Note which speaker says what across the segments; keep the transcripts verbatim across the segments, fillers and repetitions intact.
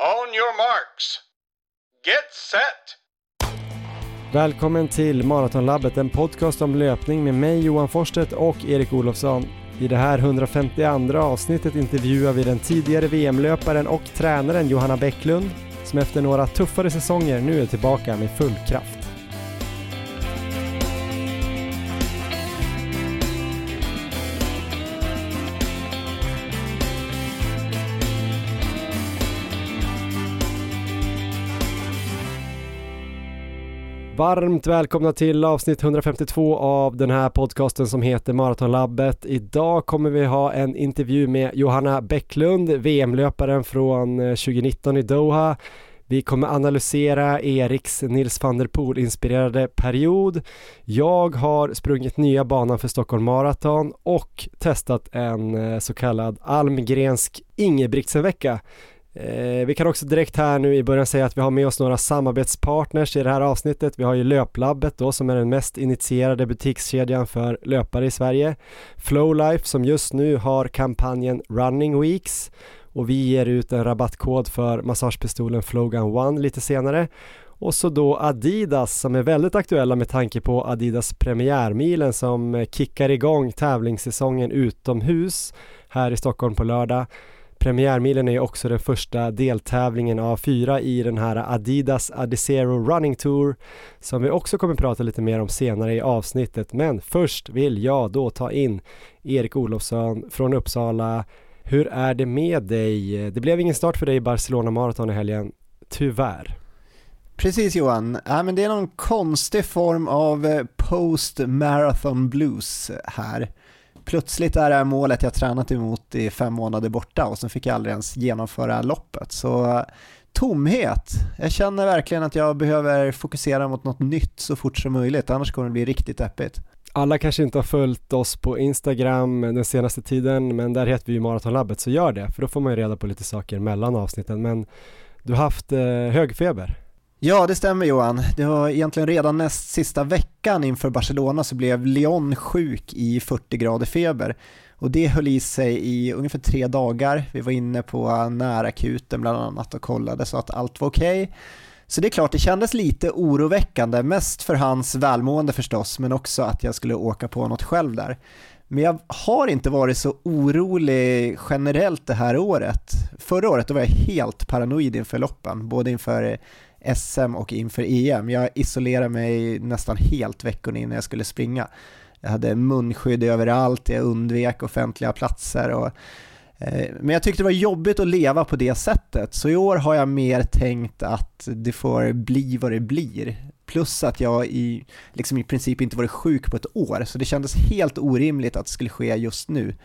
Speaker 1: On your marks. Get set!
Speaker 2: Välkommen till Maratonlabbet, en podcast om löpning med mig Johan Forsstedt och Erik Olofsson. I det här hundrafemtioandra avsnittet intervjuar vi den tidigare V M-löparen och tränaren Johanna Bäcklund, som efter några tuffare säsonger nu är tillbaka med full kraft. Varmt välkomna till avsnitt hundrafemtiotvå av den här podcasten som heter Maratonlabbet. Idag kommer vi ha en intervju med Johanna Bäcklund, V M-löparen från tjugonitton i Doha. Vi kommer analysera Eriks Nils van der Poel-inspirerade period. Jag har sprungit nya banan för Stockholm Marathon och testat en så kallad Almgrensk Ingebrigtsen-vecka. Eh, vi kan också direkt här nu i början säga att vi har med oss några samarbetspartners i det här avsnittet. Vi har ju Löplabbet då, som är den mest initierade butikskedjan för löpare i Sverige. Flowlife som just nu har kampanjen Running Weeks, och vi ger ut en rabattkod för massagepistolen Flowgun One lite senare. Och så då Adidas som är väldigt aktuella med tanke på Adidas premiärmilen som kickar igång tävlingssäsongen utomhus här i Stockholm på lördag. Premiärmilen är också den första deltävlingen av fyra i den här Adidas Adizero Running Tour som vi också kommer prata lite mer om senare i avsnittet. Men först vill jag då ta in Erik Olofsson från Uppsala. Hur är det med dig? Det blev ingen start för dig i Barcelona Marathon i helgen, tyvärr.
Speaker 3: Precis Johan, ja, men det är någon konstig form av post-marathon blues här. Plötsligt är det här målet jag tränat emot i fem månader borta och sen fick jag aldrig ens genomföra loppet. Så tomhet. Jag känner verkligen att jag behöver fokusera mot något nytt så fort som möjligt. Annars kommer det bli riktigt deppigt.
Speaker 2: Alla kanske inte har följt oss på Instagram den senaste tiden, men där heter vi ju Maratonlabbet, så gör det. För då får man ju reda på lite saker mellan avsnitten. Men du har haft eh, högfeber.
Speaker 3: Ja, det stämmer Johan. Det var egentligen redan näst sista veckan inför Barcelona så blev Leon sjuk i fyrtio grader feber. Och det höll i sig i ungefär tre dagar. Vi var inne på närakuten bland annat och kollade så att allt var okej. Okay. Så det är klart, det kändes lite oroväckande. Mest för hans välmående förstås, men också att jag skulle åka på något själv där. Men jag har inte varit så orolig generellt det här året. Förra året då var jag helt paranoid inför loppen, både inför S M och inför E M. Jag isolerade mig nästan helt veckan innan jag skulle springa. Jag hade munskydd överallt, jag undvek offentliga platser. Och, eh, men jag tyckte det var jobbigt att leva på det sättet. Så i år har jag mer tänkt att det får bli vad det blir. Plus att jag i, liksom i princip inte varit sjuk på ett år. Så det kändes helt orimligt att det skulle ske just nu.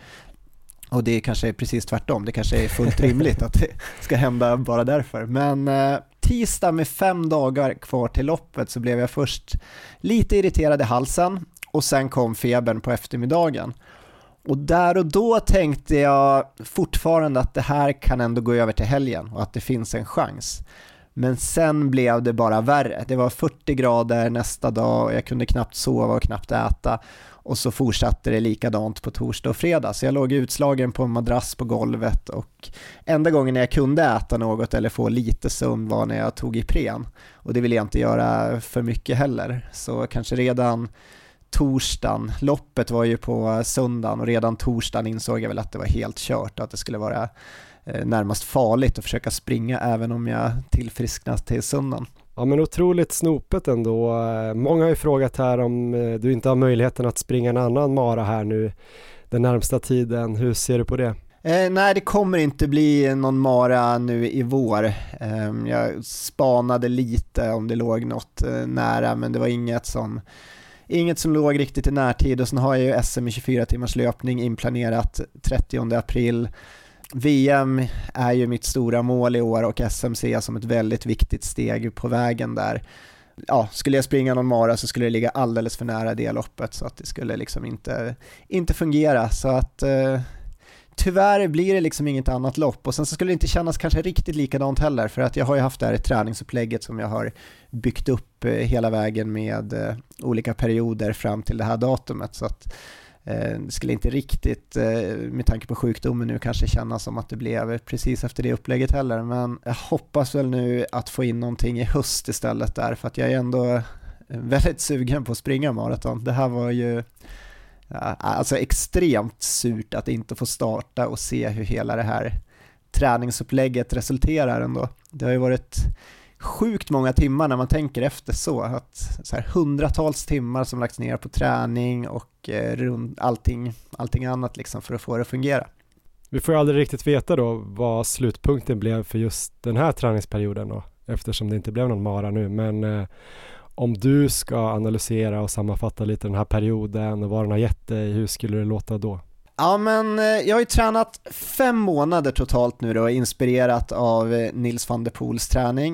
Speaker 3: Och det kanske är precis tvärtom. Det kanske är fullt rimligt att det ska hända bara därför. Men eh, tisdag med fem dagar kvar till loppet så blev jag först lite irriterad i halsen. Och sen kom febern på eftermiddagen. Och där och då tänkte jag fortfarande att det här kan ändå gå över till helgen. Och att det finns en chans. Men sen blev det bara värre. Det var fyrtio grader nästa dag och jag kunde knappt sova och knappt äta. Och så fortsatte det likadant på torsdag och fredag. Så jag låg utslagen på en madrass på golvet och enda gången jag kunde äta något eller få lite sömn var när jag tog Ipren. Och det ville jag inte göra för mycket heller. Så kanske redan torsdagen, loppet var ju på söndagen och redan torsdagen insåg jag väl att det var helt kört och att det skulle vara närmast farligt att försöka springa även om jag tillfrisknat till söndagen.
Speaker 2: Ja, men otroligt snopet ändå. Många har ju frågat här om du inte har möjligheten att springa en annan mara här nu den närmsta tiden. Hur ser du på det?
Speaker 3: Eh, nej, det kommer inte bli någon mara nu i vår. Eh, jag spanade lite om det låg något eh, nära, men det var inget som, inget som låg riktigt i närtid. Och sen har jag ju S M i tjugofyra timmars löpning inplanerat trettionde april. V M är ju mitt stora mål i år och S M ser jag som ett väldigt viktigt steg på vägen där. Ja, skulle jag springa någon mara så skulle det ligga alldeles för nära det loppet så att det skulle liksom inte, inte fungera. Så att eh, tyvärr blir det liksom inget annat lopp. Och sen så skulle det inte kännas kanske riktigt likadant heller, för att jag har ju haft det här träningsupplägget som jag har byggt upp eh, hela vägen med eh, olika perioder fram till det här datumet. Så att Det skulle inte riktigt, med tanke på sjukdomen nu, kanske kännas som att det blev precis efter det upplägget heller. Men jag hoppas väl nu att få in någonting i höst istället där, för att jag är ändå väldigt sugen på att springa maraton. Det här var ju alltså extremt surt att inte få starta och se hur hela det här träningsupplägget resulterar ändå. Det har ju varit sjukt många timmar när man tänker efter så, att så här, hundratals timmar som lagts ner på träning och eh, rund, allting, allting annat liksom för att få det att fungera.
Speaker 2: Vi får ju aldrig riktigt veta då vad slutpunkten blev för just den här träningsperioden då, eftersom det inte blev någon mara nu, men eh, om du ska analysera och sammanfatta lite den här perioden och vad den har gett dig, hur skulle det låta då?
Speaker 3: Ja, men jag har ju tränat fem månader totalt nu då, inspirerat av Nils van der Poels träning.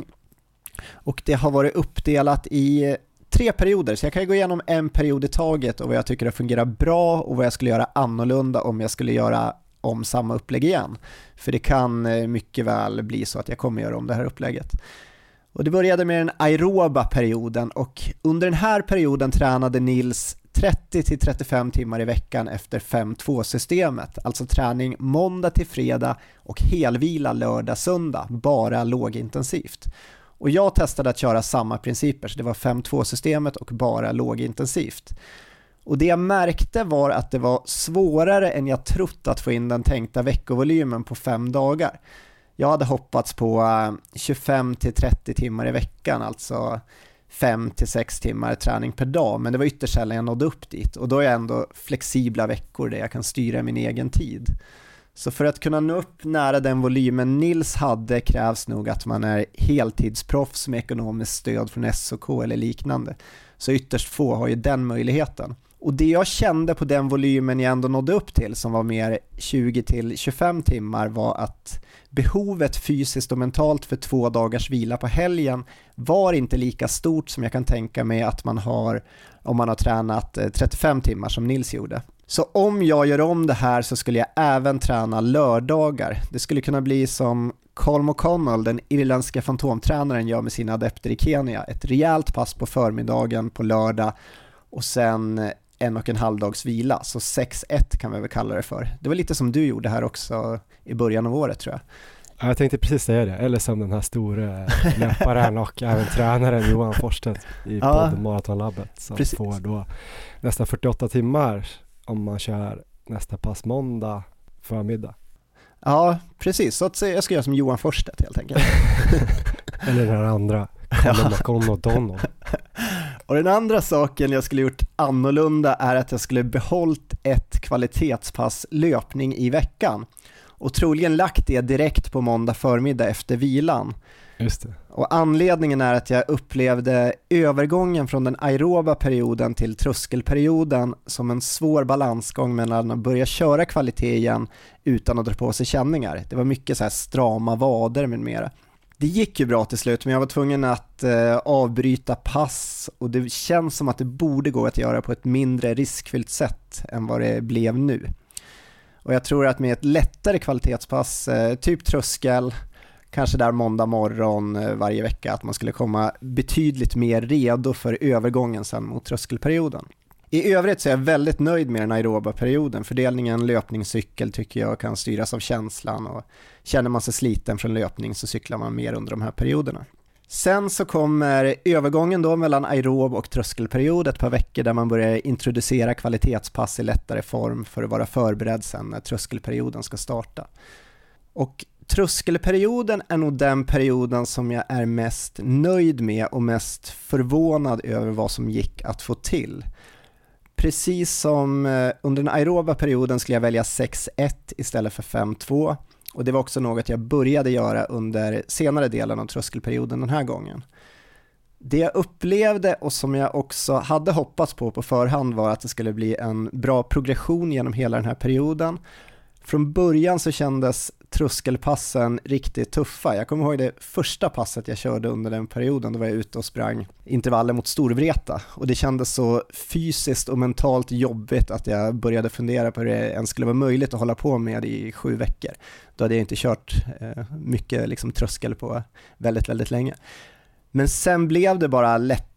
Speaker 3: Och det har varit uppdelat i tre perioder, så jag kan ju gå igenom en period i taget och vad jag tycker har fungerat bra och vad jag skulle göra annorlunda om jag skulle göra om samma upplägg igen. För det kan mycket väl bli så att jag kommer göra om det här upplägget. Och det började med den aeroba perioden, och under den här perioden tränade Nils trettio till trettiofem timmar i veckan efter fem två systemet, alltså träning måndag till fredag och helvila lördag söndag, bara lågintensivt. Och jag testade att köra samma principer, så det var fem två systemet och bara lågintensivt. Och det jag märkte var att det var svårare än jag trott att få in den tänkta veckovolymen på fem dagar. Jag hade hoppats på tjugofem till trettio timmar i veckan, alltså fem till sex timmar träning per dag, men det var ytterst sällan jag nådde upp dit, och då är jag ändå flexibla veckor där jag kan styra min egen tid. Så för att kunna nå upp nära den volymen Nils hade krävs nog att man är heltidsproffs med ekonomiskt stöd från S O K eller liknande. Så ytterst få har ju den möjligheten. Och det jag kände på den volymen jag ändå nådde upp till, som var mer tjugo till tjugofem timmar, var att behovet fysiskt och mentalt för två dagars vila på helgen var inte lika stort som jag kan tänka mig att man har om man har tränat trettiofem timmar som Nils gjorde. Så om jag gör om det här så skulle jag även träna lördagar. Det skulle kunna bli som Colm O'Connell, den irländska fantomtränaren, gör med sina adepter i Kenya. Ett rejält pass på förmiddagen på lördag och sen en och en halv dags vila. Så sex ett kan vi väl kalla det för. Det var lite som du gjorde här också i början av året, tror jag.
Speaker 2: Ja, jag tänkte precis säga det. Eller som den här stora löparen och även tränaren Johan Forsstedt i
Speaker 3: ja,
Speaker 2: podden Maratonlabbet, som precis får då nästan fyrtioåtta timmar om man kör nästa pass måndag förmiddag.
Speaker 3: Ja, precis. Så att jag ska göra som Johan Forsstedt helt enkelt.
Speaker 2: Eller den andra, Colm O'Donnell.
Speaker 3: Och den andra saken jag skulle gjort annorlunda är att jag skulle behållit ett kvalitetspass löpning i veckan. Och troligen lagt det direkt på måndag förmiddag efter vilan.
Speaker 2: Just det.
Speaker 3: Och anledningen är att jag upplevde övergången från den aeroba perioden till tröskelperioden som en svår balansgång mellan att börja köra kvalitet igen utan att dra på sig känningar. Det var mycket så här strama vader med mera. Det gick ju bra till slut, men jag var tvungen att eh, avbryta pass, och det känns som att det borde gå att göra på ett mindre riskfyllt sätt än vad det blev nu. Och jag tror att med ett lättare kvalitetspass, eh, typ tröskel, kanske där måndag morgon eh, varje vecka, att man skulle komma betydligt mer redo för övergången sen mot tröskelperioden. I övrigt så är jag väldigt nöjd med den aeroba perioden. Fördelningen löpningscykel tycker jag kan styras av känslan, och känner man sig sliten från löpning så cyklar man mer under de här perioderna. Sen så kommer övergången då mellan aerob och tröskelperiod, ett par veckor där man börjar introducera kvalitetspass i lättare form för att vara förberedd sen när tröskelperioden ska starta. Och tröskelperioden är nog den perioden som jag är mest nöjd med och mest förvånad över vad som gick att få till. Precis som under den aeroba perioden skulle jag välja sex ett istället för fem två, och det var också något jag började göra under senare delen av tröskelperioden den här gången. Det jag upplevde och som jag också hade hoppats på på förhand var att det skulle bli en bra progression genom hela den här perioden. Från början så kändes tröskelpassen riktigt tuffa. Jag kommer ihåg det första passet jag körde under den perioden. Då var jag ute och sprang intervaller mot Storvreta. Och det kändes så fysiskt och mentalt jobbigt att jag började fundera på hur det ens skulle vara möjligt att hålla på med i sju veckor. Då hade jag inte kört mycket liksom tröskel på väldigt, väldigt länge. Men sen blev det bara lätt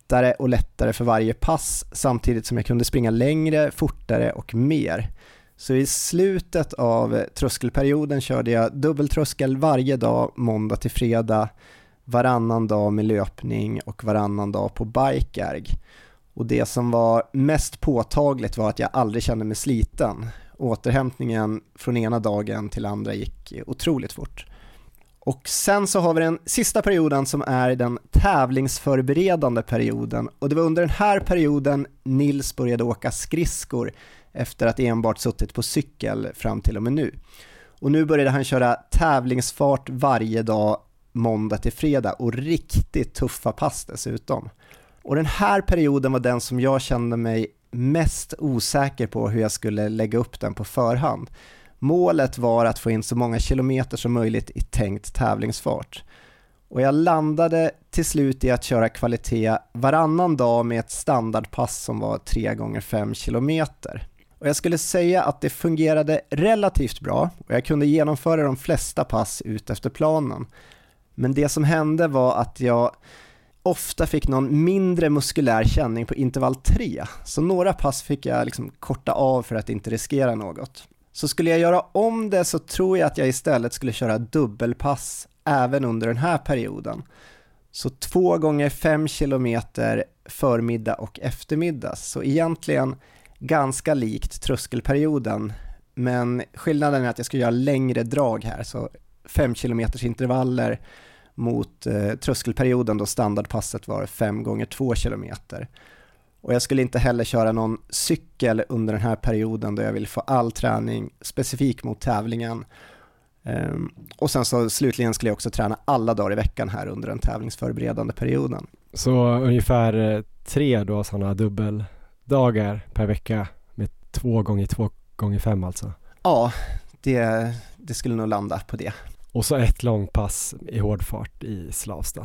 Speaker 3: lättare och lättare för varje pass samtidigt som jag kunde springa längre, fortare och mer. Så i slutet av tröskelperioden körde jag dubbeltröskel varje dag, måndag till fredag, varannan dag med löpning och varannan dag på bikeerg. Och det som var mest påtagligt var att jag aldrig kände mig sliten. Återhämtningen från ena dagen till andra gick otroligt fort. Och sen så har vi den sista perioden som är den tävlingsförberedande perioden. Och det var under den här perioden Nils började åka skridskor efter att enbart suttit på cykel fram till och med nu. Och nu började han köra tävlingsfart varje dag, måndag till fredag, och riktigt tuffa pass dessutom. Och den här perioden var den som jag kände mig mest osäker på hur jag skulle lägga upp den på förhand. Målet var att få in så många kilometer som möjligt i tänkt tävlingsfart. Och jag landade till slut i att köra kvalitet varannan dag med ett standardpass som var tre gånger fem kilometer. Och jag skulle säga att det fungerade relativt bra och jag kunde genomföra de flesta pass ut efter planen. Men det som hände var att jag ofta fick någon mindre muskulär känning på intervall tre. Så några pass fick jag liksom korta av för att inte riskera något. Så skulle jag göra om det så tror jag att jag istället skulle köra dubbelpass även under den här perioden. Så två gånger fem kilometer förmiddag och eftermiddag. Så egentligen ganska likt tröskelperioden. Men skillnaden är att jag ska göra längre drag här. Så fem kilometers intervaller mot eh, tröskelperioden då standardpasset var fem gånger två kilometer. Och jag skulle inte heller köra någon cykel under den här perioden då jag vill få all träning specifikt mot tävlingen. Um, och sen så slutligen skulle jag också träna alla dagar i veckan här under den tävlingsförberedande perioden.
Speaker 2: Så ungefär tre då sådana dubbeldagar per vecka med två gånger två gånger fem alltså?
Speaker 3: Ja, det, det skulle nog landa på det.
Speaker 2: Och så ett långpass i hårdfart i Slavsta?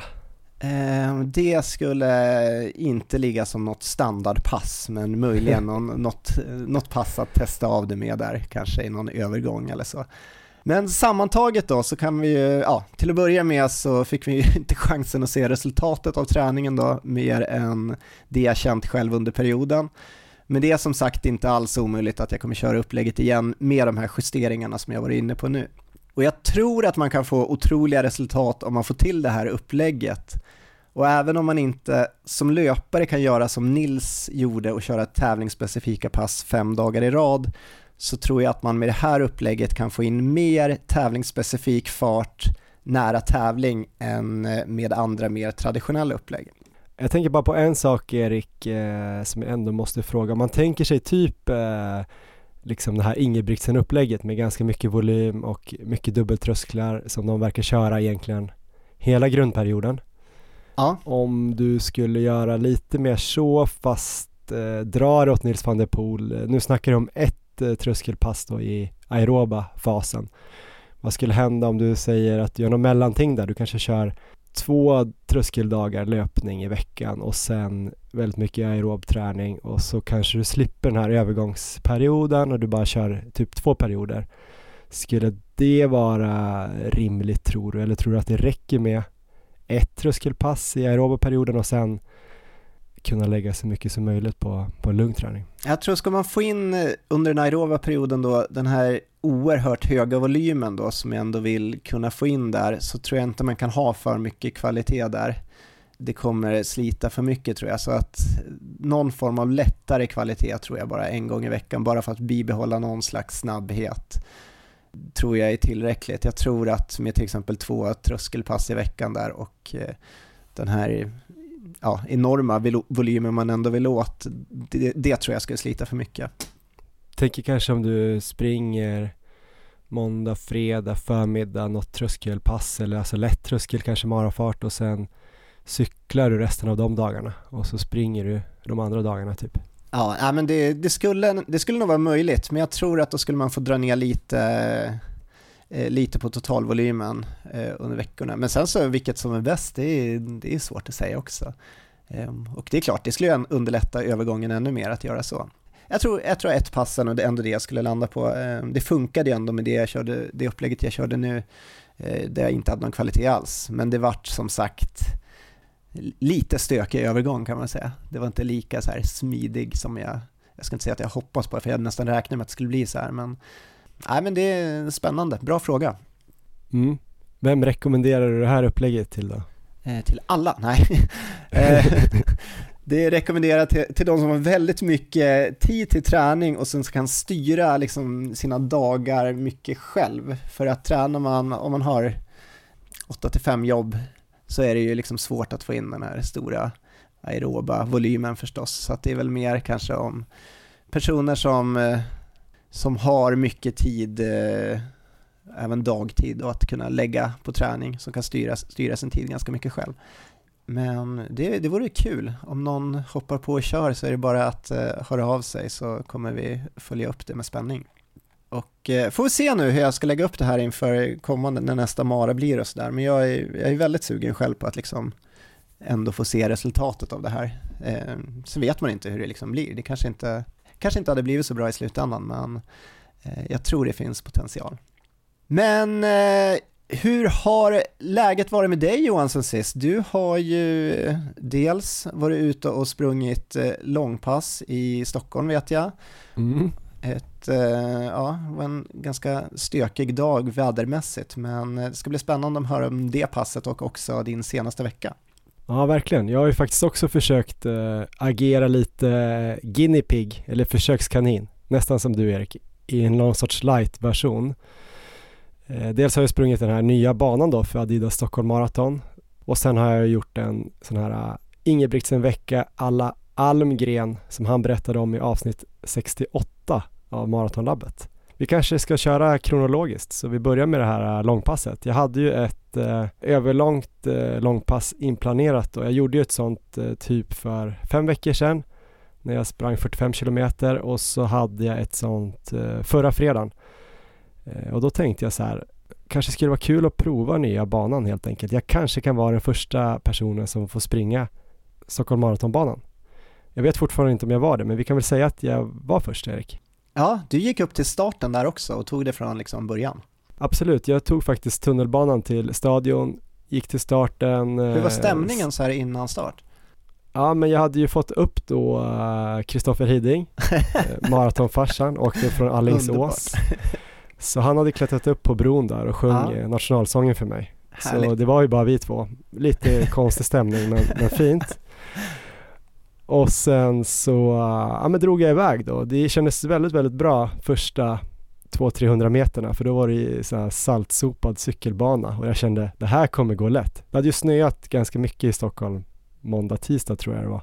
Speaker 3: Det skulle inte ligga som något standardpass, men möjligen någon, något, något pass att testa av det med där, kanske i någon övergång eller så. Men sammantaget då så kan vi ju, ja, till att börja med så fick vi ju inte chansen att se resultatet av träningen då, mer än det jag känt själv under perioden. Men det är som sagt inte alls omöjligt att jag kommer köra upplägget igen med de här justeringarna som jag var inne på nu. Och jag tror att man kan få otroliga resultat om man får till det här upplägget. Och även om man inte som löpare kan göra som Nils gjorde och köra tävlingsspecifika pass fem dagar i rad, så tror jag att man med det här upplägget kan få in mer tävlingsspecifik fart nära tävling än med andra mer traditionella upplägg.
Speaker 2: Jag tänker bara på en sak, Erik, eh, som jag ändå måste fråga. Om man tänker sig typ eh, liksom det här Ingebrigtsen-upplägget med ganska mycket volym och mycket dubbeltrösklar som de verkar köra egentligen hela grundperioden.
Speaker 3: Ja.
Speaker 2: Om du skulle göra lite mer så fast eh, drar åt Nils van der Poel. Nu snackar du om ett eh, tröskelpass då i aeroba fasen. Vad skulle hända om du säger att du gör någon mellanting där? Du kanske kör två tröskeldagar löpning i veckan och sen väldigt mycket aerob träning och så kanske du slipper den här övergångsperioden och du bara kör typ två perioder. Skulle det vara rimligt, tror du? Eller tror du att det räcker med ett tröskelpass i aeroba perioden och sen kunna lägga så mycket som möjligt på, på lugn träning?
Speaker 3: Jag tror ska man få in under den aeroba perioden då den här oerhört höga volymen då som jag ändå vill kunna få in där, så tror jag inte man kan ha för mycket kvalitet där. Det kommer slita för mycket tror jag, så att någon form av lättare kvalitet tror jag bara en gång i veckan, bara för att bibehålla någon slags snabbhet, tror jag är tillräckligt. Jag tror att med till exempel två tröskelpass i veckan där och eh, den här ja, enorma volymen man ändå vill åt, det, det tror jag skulle slita för mycket.
Speaker 2: Tänker kanske om du springer måndag, fredag, förmiddag, något tröskelpass eller alltså lätt tröskel, kanske marafart, och sen cyklar du resten av de dagarna och så springer du de andra dagarna typ.
Speaker 3: Ja, men det, det, skulle, det skulle nog vara möjligt, men jag tror att då skulle man få dra ner lite, eh, lite på totalvolymen eh, under veckorna. Men sen så vilket som är bäst, det är, det är svårt att säga också. Eh, och det är klart, det skulle ju underlätta övergången ännu mer att göra så. Jag tror, jag tror ett passen och det är ändå det jag skulle landa på. Eh, det funkade ju ändå med det, jag körde, det upplägget jag körde nu, eh, där jag inte hade någon kvalitet alls. Men det vart som sagt lite stökig övergång kan man säga. Det var inte lika så här smidig som jag, jag ska inte säga att jag hoppas på, för jag hade nästan räknat med att det skulle bli så här, men, nej, men det är spännande, bra fråga.
Speaker 2: Mm. Vem rekommenderar du det här upplägget till då?
Speaker 3: Eh, till alla, nej. Det är rekommenderat till, till de som har väldigt mycket tid till träning och sen kan styra liksom sina dagar mycket själv. För att tränar man, om man har åtta till fem jobb, så är det ju liksom svårt att få in den här stora aeroba volymen förstås. Så att det är väl mer kanske om personer som, som har mycket tid, även dagtid, och att kunna lägga på träning, som kan styra, styra sin tid ganska mycket själv. Men det, det vore kul. Om någon hoppar på och kör, så är det bara att uh, höra av sig, så kommer vi följa upp det med spänning. Och uh, får vi se nu hur jag ska lägga upp det här inför kommande, när nästa Mara blir och sådär. Men jag är, jag är väldigt sugen själv på att liksom ändå få se resultatet av det här. Uh, så vet man inte hur det liksom blir. Det kanske inte, kanske inte hade blivit så bra i slutändan, men uh, jag tror det finns potential. Men uh, hur har läget varit med dig, Johan, sen sist? Du har ju dels varit ute och sprungit långpass i Stockholm, vet jag.
Speaker 2: Mm.
Speaker 3: Ett, ja, var en ganska stökig dag vädermässigt, men det ska bli spännande att höra om det passet och också din senaste vecka.
Speaker 2: Ja, verkligen. Jag har ju faktiskt också försökt äh, agera lite guinea pig, eller försökskanin, nästan som du, Erik, i en någon sorts light-version. Dels har jag sprungit den här nya banan då för Adidas Stockholm Marathon, och sen har jag gjort en sån här Ingebrigtsen-vecka alla Almgren som han berättade om i avsnitt sextioåtta av Maratonlabbet. Vi kanske ska köra kronologiskt, så vi börjar med det här långpasset. Jag hade ju ett eh, överlångt eh, långpass inplanerat, och jag gjorde ju ett sånt eh, typ för fem veckor sedan när jag sprang fyrtiofem kilometer, och så hade jag ett sånt eh, förra fredagen. Och då tänkte jag så här, kanske skulle det vara kul att prova nya banan helt enkelt. Jag kanske kan vara den första personen som får springa Stockholm Marathonbanan. Jag vet fortfarande inte om jag var det, men vi kan väl säga att jag var först, Erik.
Speaker 3: Ja, du gick upp till starten där också och tog det från liksom början.
Speaker 2: Absolut, jag tog faktiskt tunnelbanan till stadion, gick till starten.
Speaker 3: Hur var stämningen så här innan start?
Speaker 2: Ja, men jag hade ju fått upp då Kristoffer Hiding, maratonfarsan, åkte från Alingsås. Så han hade klättrat upp på bron där och sjöng ja. nationalsången för mig. Härligt. Så det var ju bara vi två. Lite konstig stämning, men, men fint. Och sen så ja, men drog jag iväg då. Det kändes väldigt, väldigt bra första två till trehundra meterna. För då var det så här saltsopad cykelbana. Och jag kände, det här kommer gå lätt. Det hade ju snöat ganska mycket i Stockholm. Måndag, tisdag tror jag det var.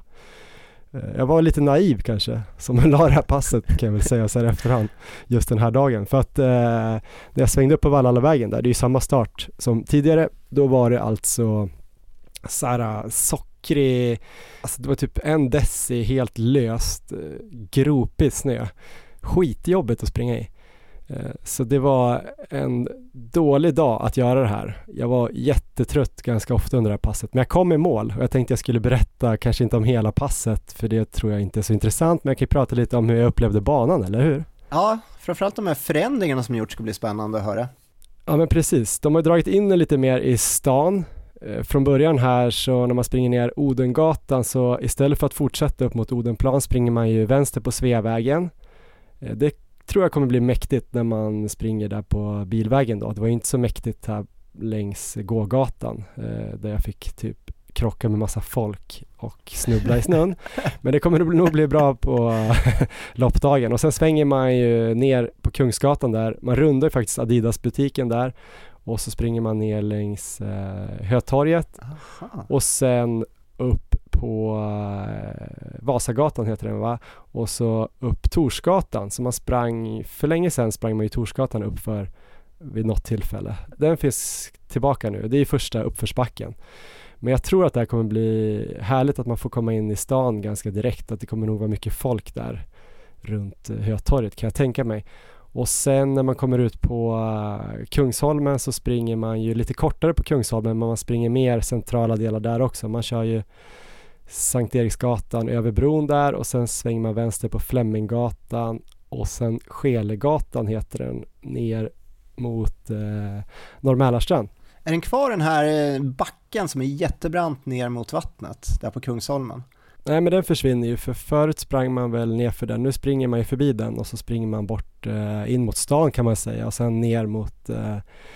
Speaker 2: Jag var lite naiv kanske, som la det här passet, kan jag väl säga så här efterhand, just den här dagen. För att eh, när jag svängde upp på Vallalavägen där, det är ju samma start som tidigare, då var det alltså så här sockrig, alltså det var typ en deci helt löst, gropig snö. Skitjobbigt att springa i. Så det var en dålig dag att göra det här. Jag var jättetrött ganska ofta under det här passet. Men jag kom i mål och jag tänkte jag skulle berätta, kanske inte om hela passet, för det tror jag inte är så intressant. Men jag kan ju prata lite om hur jag upplevde banan, eller hur?
Speaker 3: Ja, framförallt de här förändringarna som gjorts ska bli spännande att höra.
Speaker 2: Ja, men precis. De har dragit in lite mer i stan. Från början här, så när man springer ner Odengatan, så istället för att fortsätta upp mot Odenplan springer man ju vänster på Sveavägen. Det tror jag kommer bli mäktigt när man springer där på bilvägen då. Det var ju inte så mäktigt här längs gågatan eh, där jag fick typ krocka med massa folk och snubbla i snön. Men det kommer nog bli bra på loppdagen. Och sen svänger man ju ner på Kungsgatan där. Man rundar ju faktiskt Adidas-butiken där. Och så springer man ner längs eh, Hötorget. Aha. Och sen upp på eh, Vasagatan heter den, va? Och så upp Torsgatan. Så man sprang, för länge sedan sprang man ju Torsgatan upp för vid något tillfälle. Den finns tillbaka nu. Det är första uppförsbacken. Men jag tror att det här kommer bli härligt, att man får komma in i stan ganska direkt. Att det kommer nog vara mycket folk där runt Hötorget, kan jag tänka mig. Och sen när man kommer ut på uh, Kungsholmen så springer man ju lite kortare på Kungsholmen, men man springer mer centrala delar där också. Man kör ju Sankt Eriksgatan över bron där, och sen svänger man vänster på Fleminggatan, och sen Skelegatan heter den, ner mot uh, Norr Mälarstrand.
Speaker 3: Är den kvar den här backen som är jättebrant ner mot vattnet där på Kungsholmen?
Speaker 2: Nej, men den försvinner ju, för förut sprang man väl ner för den. Nu springer man ju förbi den och så springer man bort eh, in mot stan kan man säga och sen ner mot, eh,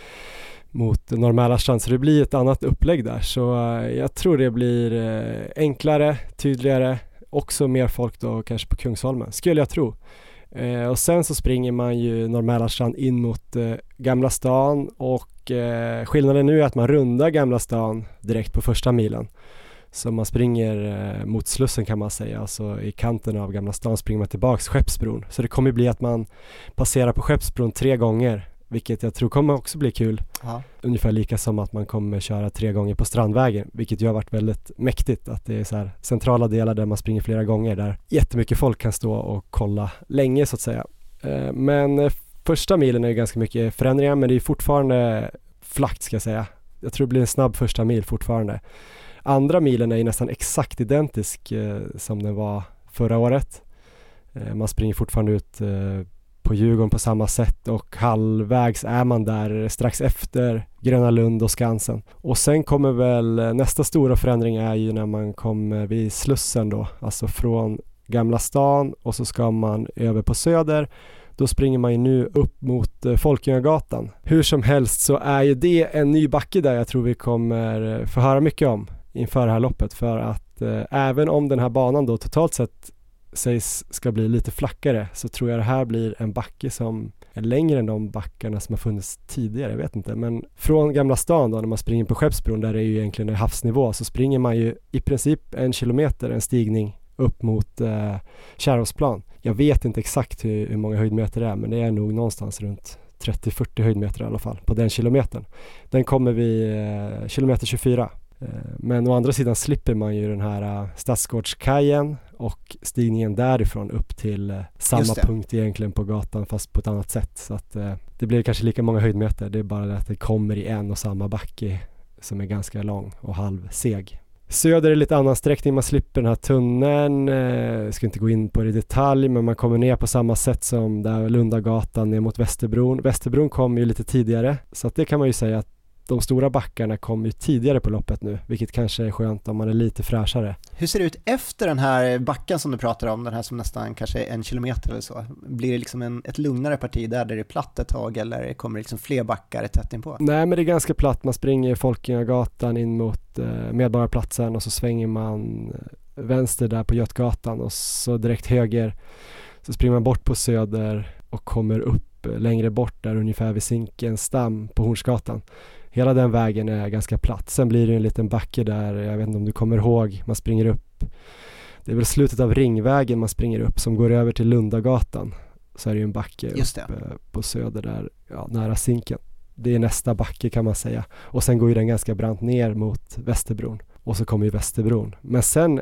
Speaker 2: mot Norr-Mälarstrand. Så det blir ett annat upplägg där. Så eh, jag tror det blir eh, enklare, tydligare, också mer folk då kanske på Kungsholmen, skulle jag tro. Eh, och sen så springer man ju Norr-Mälarstrand in mot eh, Gamla stan och eh, skillnaden nu är att man rundar Gamla stan direkt på första milen. Så man springer eh, mot Slussen kan man säga, alltså i kanten av Gamla stan springer man tillbaks Skeppsbron. Så det kommer bli att man passerar på Skeppsbron tre gånger, vilket jag tror kommer också bli kul. Aha. Ungefär lika som att man kommer köra tre gånger på Strandvägen, vilket ju har varit väldigt mäktigt, att det är så här centrala delar där man springer flera gånger, där jättemycket folk kan stå och kolla länge så att säga. Eh, men eh, första milen är ju ganska mycket förändringar, men det är fortfarande flakt ska jag säga. Jag tror det blir en snabb första mil fortfarande. Andra milen är ju nästan exakt identisk eh, som den var förra året. Eh, man springer fortfarande ut eh, på Djurgården på samma sätt och halvvägs är man där strax efter Gröna Lund och Skansen. Och sen kommer väl eh, nästa stora förändring är ju när man kommer vid Slussen då, alltså från Gamla stan och så ska man över på Söder. Då springer man ju nu upp mot eh, Folkungagatan. Hur som helst så är ju det en ny backe där jag tror vi kommer eh, få höra mycket om inför det här loppet, för att eh, även om den här banan då totalt sett sägs ska bli lite flackare, så tror jag det här blir en backe som är längre än de backarna som har funnits tidigare, jag vet inte, men från Gamla stan då när man springer på Skeppsbron där det är ju egentligen är havsnivå, så springer man ju i princip en kilometer en stigning upp mot eh, Kärrhovsplan. Jag vet inte exakt hur, hur många höjdmeter det är, men det är nog någonstans runt trettio till fyrtio höjdmeter i alla fall på den kilometern. Den kommer vid eh, kilometer tjugofyra. Men å andra sidan slipper man ju den här Stadsgårdskajen och stigningen därifrån upp till samma punkt egentligen på gatan fast på ett annat sätt. Så att eh, det blir kanske lika många höjdmeter. Det är bara att det kommer i en och samma backe som är ganska lång och halvseg. Söder är lite annan sträckning, man slipper den här tunneln. Jag ska inte gå in på det i detalj, men man kommer ner på samma sätt som där Lundagatan ner mot Västerbron. Västerbron kom ju lite tidigare, så att det kan man ju säga att de stora backarna kom ju tidigare på loppet nu, vilket kanske är skönt om man är lite fräschare.
Speaker 3: Hur ser det ut efter den här backen som du pratar om, den här som nästan kanske är en kilometer eller så? Blir det liksom en, ett lugnare parti där, där det är platt ett tag, eller kommer det liksom fler backar tätt inpå?
Speaker 2: Nej, men det är ganska platt. Man springer Folkungagatan in mot eh, Medborgarplatsen och så svänger man vänster där på Götgatan och så direkt höger så springer man bort på Söder och kommer upp längre bort där ungefär vid Zinkensdamm på Hornsgatan. Hela den vägen är ganska platt. Sen blir det en liten backe där, jag vet inte om du kommer ihåg, man springer upp. Det är väl slutet av Ringvägen man springer upp som går över till Lundagatan. Så är det ju en backe upp på Söder där, ja, nära Zinken. Det är nästa backe kan man säga. Och sen går ju den ganska brant ner mot Västerbron. Och så kommer ju Västerbron. Men sen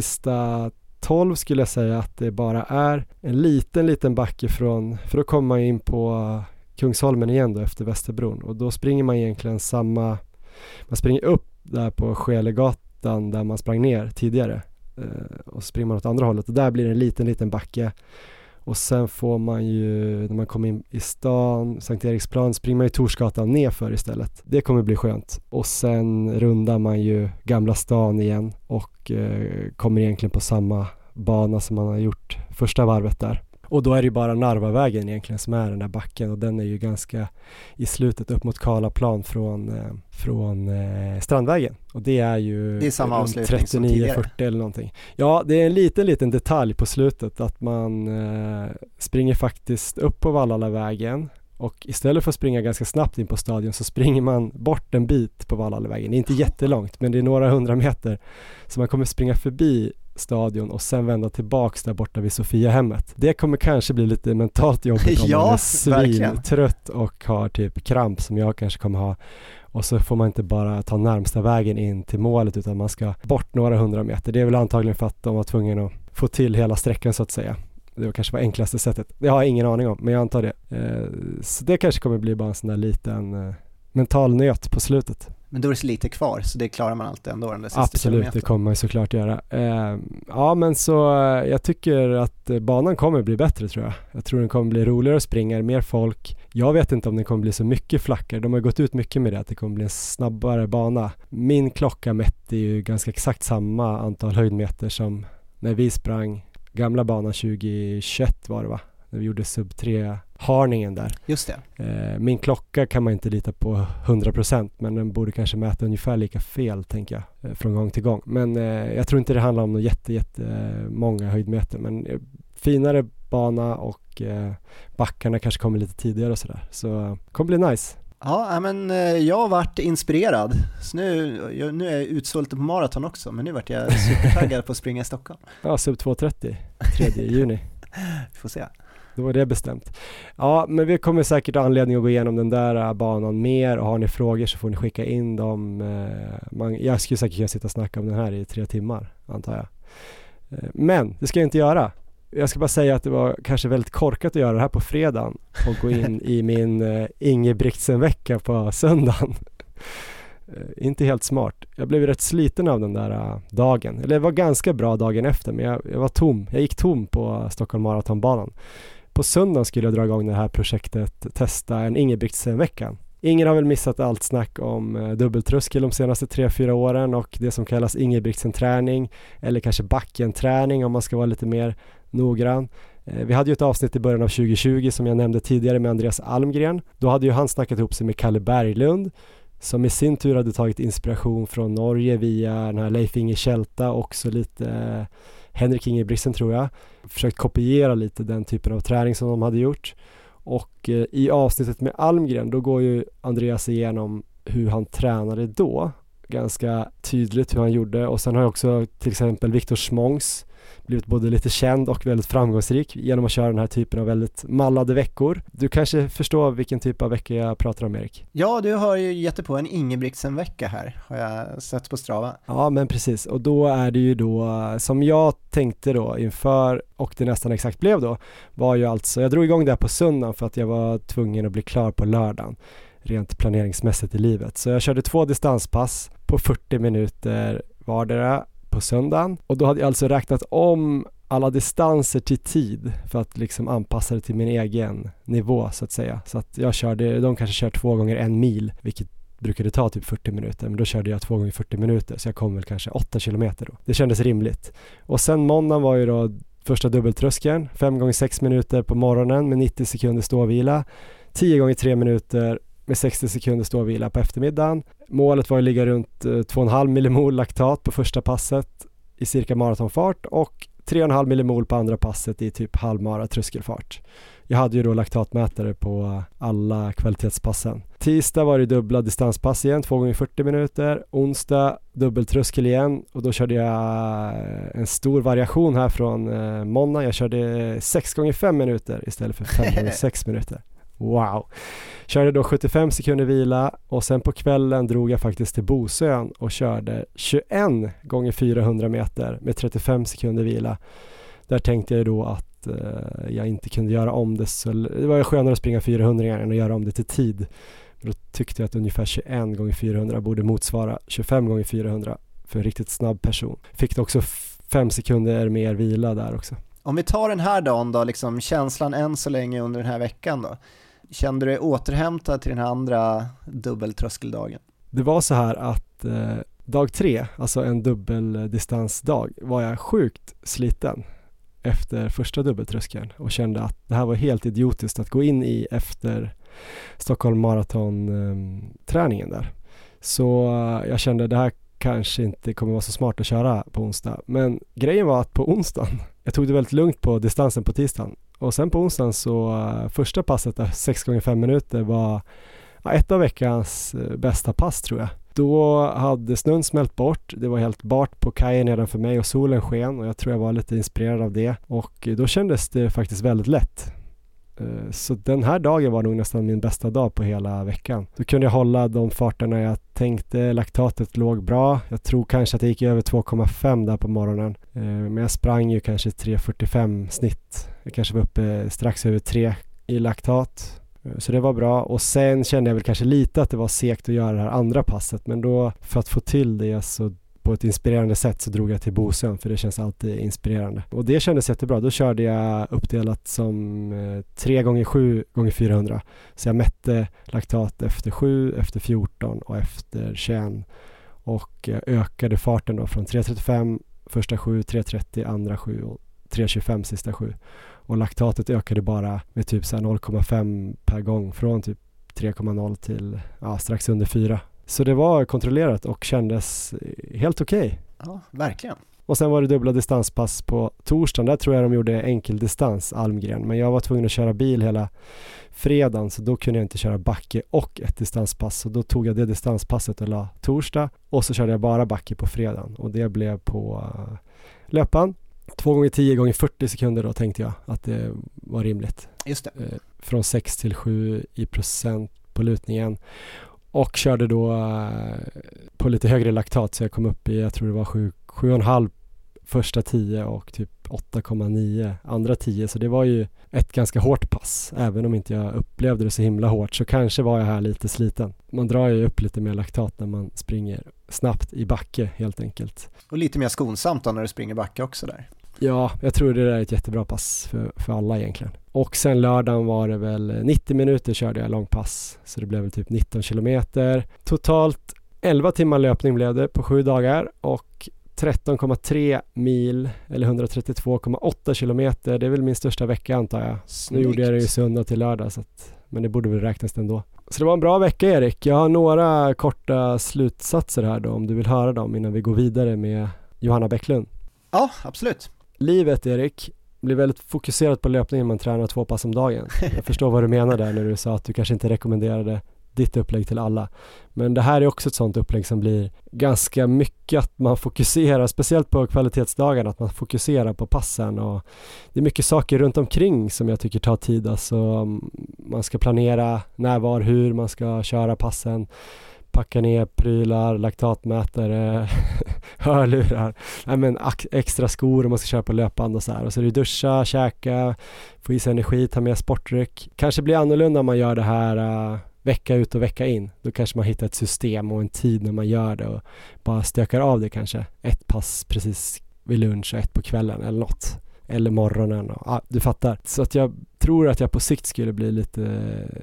Speaker 2: sista tolv skulle jag säga att det bara är en liten, liten backe från, för då kommer man in på Kungsholmen igen då efter Västerbron och då springer man egentligen samma, man springer upp där på Skelegatan där man sprang ner tidigare eh, och springer man åt andra hållet och där blir det en liten liten backe och sen får man ju, när man kommer in i stan, Sankt Eriksplan, springer man ju Torsgatan ner för istället. Det kommer bli skönt och sen rundar man ju Gamla stan igen och eh, kommer egentligen på samma bana som man har gjort första varvet där. Och då är det ju bara Narvavägen egentligen som är den där backen och den är ju ganska i slutet upp mot Karlaplan från, eh, från eh, Strandvägen. Och det är ju
Speaker 3: det är samma avslutning
Speaker 2: trettionio fyrtio eller någonting. Ja, det är en liten liten detalj på slutet att man eh, springer faktiskt upp på Vallalavägen och istället för att springa ganska snabbt in på stadion så springer man bort en bit på Vallalavägen. Det är inte jättelångt men det är några hundra meter så man kommer springa förbi stadion och sen vända tillbaks där borta vid Sofiahemmet. Det kommer kanske bli lite mentalt jobbigt om
Speaker 3: ja,
Speaker 2: man är svin, trött och har typ kramp som jag kanske kommer ha. Och så får man inte bara ta närmsta vägen in till målet utan man ska bort några hundra meter. Det är väl antagligen för att de var tvungna att få till hela sträckan så att säga. Det var kanske var enklaste sättet. Det har jag ingen aning om, men jag antar det. Eh, så det kanske kommer bli bara en sån där liten eh, mental nöt på slutet.
Speaker 3: Men då är det så lite kvar, så det klarar man alltid ändå den där sista
Speaker 2: Absolut,
Speaker 3: kilometern.
Speaker 2: det kommer man ju såklart göra. Eh, ja, men så jag tycker att banan kommer bli bättre tror jag. Jag tror den kommer bli roligare att springa, mer folk. Jag vet inte om den kommer bli så mycket flackare. De har gått ut mycket med det, att det kommer bli en snabbare bana. Min klocka mätte ju ganska exakt samma antal höjdmeter som när vi sprang gamla banan tjugohundratjugoett var det va? När vi gjorde sub tre harningen där.
Speaker 3: Just det.
Speaker 2: Eh, min klocka kan man inte lita på hundra procent, men den borde kanske mäta ungefär lika fel tänker jag, eh, från gång till gång. Men eh, jag tror inte det handlar om något jätte, jätte eh, många höjdmeter, men eh, finare bana och eh, backarna kanske kommer lite tidigare och sådär. Så det kommer bli nice.
Speaker 3: Ja, men jag har varit inspirerad. Så nu, jag, nu är jag utsåld på maraton också, men nu vart jag supertaggad på att springa i Stockholm.
Speaker 2: Ja, sub två trettio, tredje juni.
Speaker 3: Vi får se.
Speaker 2: Då var det bestämt. Ja, men vi kommer säkert ha anledning att gå igenom den där banan mer, och har ni frågor så får ni skicka in dem. Man, jag skulle säkert kunna sitta och snacka om den här i tre timmar, antar jag. Men det ska jag inte göra. Jag ska bara säga att det var kanske väldigt korkat att göra det här på fredagen och gå in i min uh, Ingebrigtsen-vecka på söndagen. Uh, inte helt smart. Jag blev rätt sliten av den där uh, dagen. Eller det var ganska bra dagen efter, men jag, jag var tom. Jag gick tom på Stockholm Marathonbanan. På söndagen skulle jag dra igång det här projektet, testa en Ingebrigtsen-veckan. Ingen har väl missat allt snack om uh, dubbeltröskel de senaste tre fyra åren och det som kallas Ingebrigtsen-träning, eller kanske backenträning om man ska vara lite mer noggrann. Eh, vi hade ju ett avsnitt i början av tjugo tjugo som jag nämnde tidigare med Andreas Almgren. Då hade ju han snackat ihop sig med Kalle Berglund, som i sin tur hade tagit inspiration från Norge via den här Leif Inge Kälta, också lite eh, Henrik Ingebrigtsen tror jag. Försökt kopiera lite den typen av träning som de hade gjort. Och eh, i avsnittet med Almgren, då går ju Andreas igenom hur han tränade då. Ganska tydligt hur han gjorde. Och sen har jag också till exempel Viktor Smångs blivit både lite känd och väldigt framgångsrik genom att köra den här typen av väldigt mallade veckor. Du kanske förstår vilken typ av vecka jag pratar om, Erik?
Speaker 3: Ja, du har ju gett på en Ingebrigtsen-vecka här, har jag sett på Strava.
Speaker 2: Ja, men precis. Och då är det ju då, som jag tänkte då inför, och det nästan exakt blev då, var ju alltså, jag drog igång det här på söndagen för att jag var tvungen att bli klar på lördagen, rent planeringsmässigt i livet. Så jag körde två distanspass på fyrtio minuter vardera på söndagen, och då hade jag alltså räknat om alla distanser till tid för att liksom anpassa det till min egen nivå så att säga. Så att jag körde, de kanske kör två gånger en mil, vilket brukade ta typ fyrtio minuter, men då körde jag två gånger fyrtio minuter, så jag kom väl kanske åtta kilometer då. Det kändes rimligt. Och sen måndagen var ju då första dubbeltröskeln, fem gånger sex minuter på morgonen med nittio sekunder ståvila, tio gånger tre minuter med sextio sekunder ståvila på eftermiddagen. Målet var att ligga runt två komma fem millimol laktat på första passet i cirka maratonfart och tre komma fem millimol på andra passet i typ halvmara tröskelfart. Jag hade ju då laktatmätare på alla kvalitetspassen. Tisdag var det dubbla distanspass igen, två gånger fyrtio minuter. Onsdag dubbeltröskel igen, och då körde jag en stor variation här från eh, måndag. Jag körde sex gånger fem minuter istället för fem gånger sex minuter. Wow. Körde då sjuttiofem sekunder vila, och sen på kvällen drog jag faktiskt till Bosön och körde tjugoen gånger fyrahundra meter med trettiofem sekunder vila. Där tänkte jag då att eh, jag inte kunde göra om det, så det var skönare att springa fyrahundra än att göra om det till tid. Men då tyckte jag att ungefär tjugoen gånger fyrahundra borde motsvara tjugofem gånger fyrahundra för en riktigt snabb person. Fick det också fem sekunder mer vila där också.
Speaker 3: Om vi tar den här dagen då, liksom känslan än så länge under den här veckan då. Kände du dig återhämtad till den här andra dubbeltröskeldagen?
Speaker 2: Det var så här att eh, dag tre, alltså en dubbeldistansdag, var jag sjukt sliten efter första dubbeltröskeln och kände att det här var helt idiotiskt att gå in i efter Stockholm Marathon-träningen där. Så eh, jag kände att det här kanske inte kommer vara så smart att köra på onsdag. Men grejen var att på onsdagen, jag tog det väldigt lugnt på distansen på tisdagen. Och sen på onsdagen så uh, första passet där sex gånger fem minuter var uh, ett av veckans uh, bästa pass tror jag. Då hade snön smält bort, det var helt bart på kajen nedanför mig och solen sken, och jag tror jag var lite inspirerad av det. Och uh, då kändes det faktiskt väldigt lätt. Uh, så den här dagen var nog nästan min bästa dag på hela veckan. Då kunde jag hålla de farterna jag tänkte, laktatet låg bra. Jag tror kanske att det gick över två komma fem där på morgonen. Uh, men jag sprang ju kanske tre fyrtiofem snitt. Jag kanske var uppe strax över tre i laktat. Så det var bra, och sen kände jag väl kanske lite att det var segt att göra det här andra passet, men då för att få till det så på ett inspirerande sätt så drog jag till Bosön, för det känns alltid inspirerande. Och det kändes jättebra. Då körde jag uppdelat som eh, tre gånger sju gånger fyrahundra. Så jag mätte laktat efter sju, efter fjorton och efter tjugoett. Och eh, ökade farten då från tre trettiofem första sju, tre trettio andra sju och tre tjugofem sista sju. Och laktatet ökade bara med typ så här noll komma fem per gång från typ tre komma noll till ja, strax under fyra. Så det var kontrollerat och kändes helt okej. Okay.
Speaker 3: Ja, verkligen.
Speaker 2: Och sen var det dubbla distanspass på torsdagen. Där tror jag de gjorde enkel distans, Almgren. Men jag var tvungen att köra bil hela fredagen, så då kunde jag inte köra backe och ett distanspass. Så då tog jag det distanspasset och la torsdag. Och så körde jag bara backe på fredagen. Och det blev på uh, löpan. Två gånger tio gånger fyrtio sekunder då, tänkte jag att det var rimligt.
Speaker 3: Just det.
Speaker 2: Uh, från sex till sju i procent på lutningen. Och körde då uh, på lite högre laktat, så jag kom upp i, jag tror det var sju komma fem första tio och typ åtta komma nio andra tio. Så det var ju ett ganska hårt pass. Även om inte jag upplevde det så himla hårt, så kanske var jag här lite sliten. Man drar ju upp lite mer laktat när man springer snabbt i backe helt enkelt.
Speaker 3: Och lite mer skonsamt då när du springer backe också där.
Speaker 2: Ja, jag tror det är ett jättebra pass för, för alla egentligen. Och sen lördagen var det väl nittio minuter körde jag långpass. Så det blev väl typ nitton kilometer. Totalt elva timmar löpning blev det på sju dagar. Och tretton komma tre mil eller etthundratrettiotvå komma åtta kilometer. Det är väl min största vecka antar jag.
Speaker 3: Snyggt.
Speaker 2: Nu gjorde jag det ju söndag till lördag, så att, men det borde väl räknas ändå. Så det var en bra vecka, Erik. Jag har några korta slutsatser här då, om du vill höra dem innan vi går vidare med Johanna Bäcklund.
Speaker 3: Ja, absolut.
Speaker 2: Livet, Erik, blir väldigt fokuserat på löpningen. Man tränar två pass om dagen. Jag förstår vad du menar där när du sa att du kanske inte rekommenderade ditt upplägg till alla. Men det här är också ett sånt upplägg som blir ganska mycket att man fokuserar, speciellt på kvalitetsdagarna, att man fokuserar på passen, och det är mycket saker runt omkring som jag tycker tar tid. Alltså, man ska planera när, var, hur man ska köra passen, packa ner prylar, laktatmätare, hörlurar, nej men extra skor om man ska köra på löpband och så här. Och så är det duscha, käka, få i sig energi, ta med sportdryck. Kanske blir annorlunda om man gör det här uh, vecka ut och vecka in. Då kanske man hittar ett system och en tid när man gör det och bara stökar av det kanske. Ett pass precis vid lunch och ett på kvällen eller något. Eller morgonen. Och, ah, du fattar. Så att jag tror att jag på sikt skulle bli lite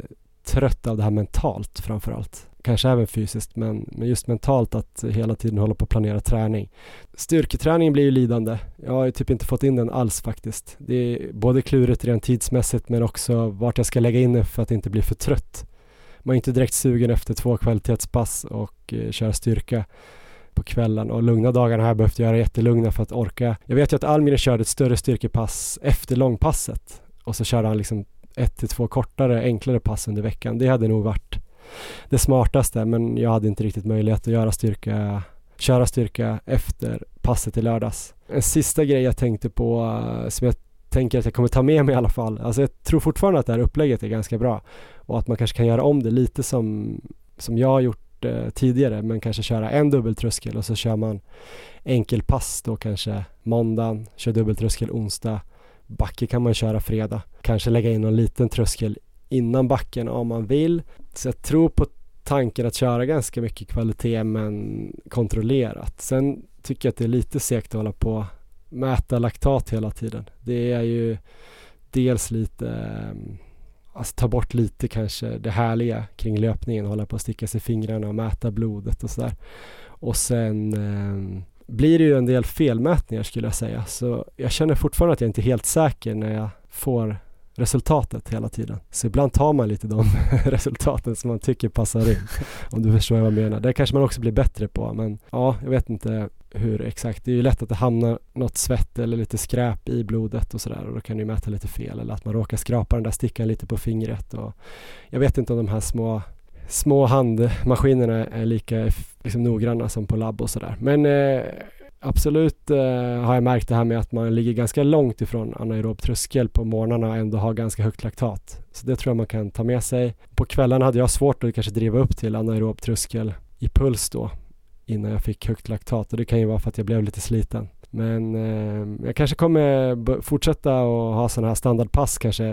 Speaker 2: trött av det här mentalt framförallt. Kanske även fysiskt, men, men just mentalt att hela tiden hålla på att planera träning. Styrketräningen blir ju lidande. Jag har ju typ inte fått in den alls faktiskt. Det är både klurigt rent tidsmässigt, men också vart jag ska lägga in det för att inte bli för trött. Man är inte direkt sugen efter två kvalitetspass och eh, köra styrka på kvällen. Och lugna dagarna här behövde jag göra jättelugna för att orka. Jag vet ju att Almgren körde ett större styrkepass efter långpasset. Och så körde han liksom ett till två kortare, enklare pass under veckan. Det hade nog varit det smartaste, men jag hade inte riktigt möjlighet att göra styrka, köra styrka efter passet i lördags. En sista grej jag tänkte på, som jag tänker att jag kommer ta med mig i alla fall. Alltså jag tror fortfarande att det här upplägget är ganska bra, och att man kanske kan göra om det lite som, som jag har gjort eh, tidigare, men kanske köra en dubbeltröskel och så kör man enkelpass då kanske måndagen, kör dubbeltröskel onsdag, backe kan man köra fredag, kanske lägga in någon liten tröskel innan backen om man vill. Så jag tror på tanken att köra ganska mycket kvalitet men kontrollerat. Sen tycker jag att det är lite segt att hålla på mäta laktat hela tiden. Det är ju dels lite alltså ta bort lite kanske det härliga kring löpningen, hålla på att sticka sig i fingrarna och mäta blodet och sådär. Och sen eh, blir det ju en del felmätningar skulle jag säga. Så jag känner fortfarande att jag inte är helt säker när jag får resultatet hela tiden. Så ibland tar man lite de resultaten som man tycker passar in. Om du förstår vad jag menar. Det kanske man också blir bättre på. Men ja, jag vet inte hur exakt. Det är ju lätt att det hamnar något svett eller lite skräp i blodet och sådär. Och då kan du mäta lite fel. Eller att man råkar skrapa den där stickan lite på fingret. Och jag vet inte om de här små små handmaskinerna är lika liksom, noggranna som på labb och sådär. Men eh, absolut eh, har jag märkt det här med att man ligger ganska långt ifrån anaerob tröskel på morgnarna och ändå har ganska högt laktat. Så det tror jag man kan ta med sig. På kvällarna hade jag svårt att kanske driva upp till anaerob tröskel i puls då innan jag fick högt laktat, och det kan ju vara för att jag blev lite sliten. Men eh, jag kanske kommer b- fortsätta och ha sådana här standardpass kanske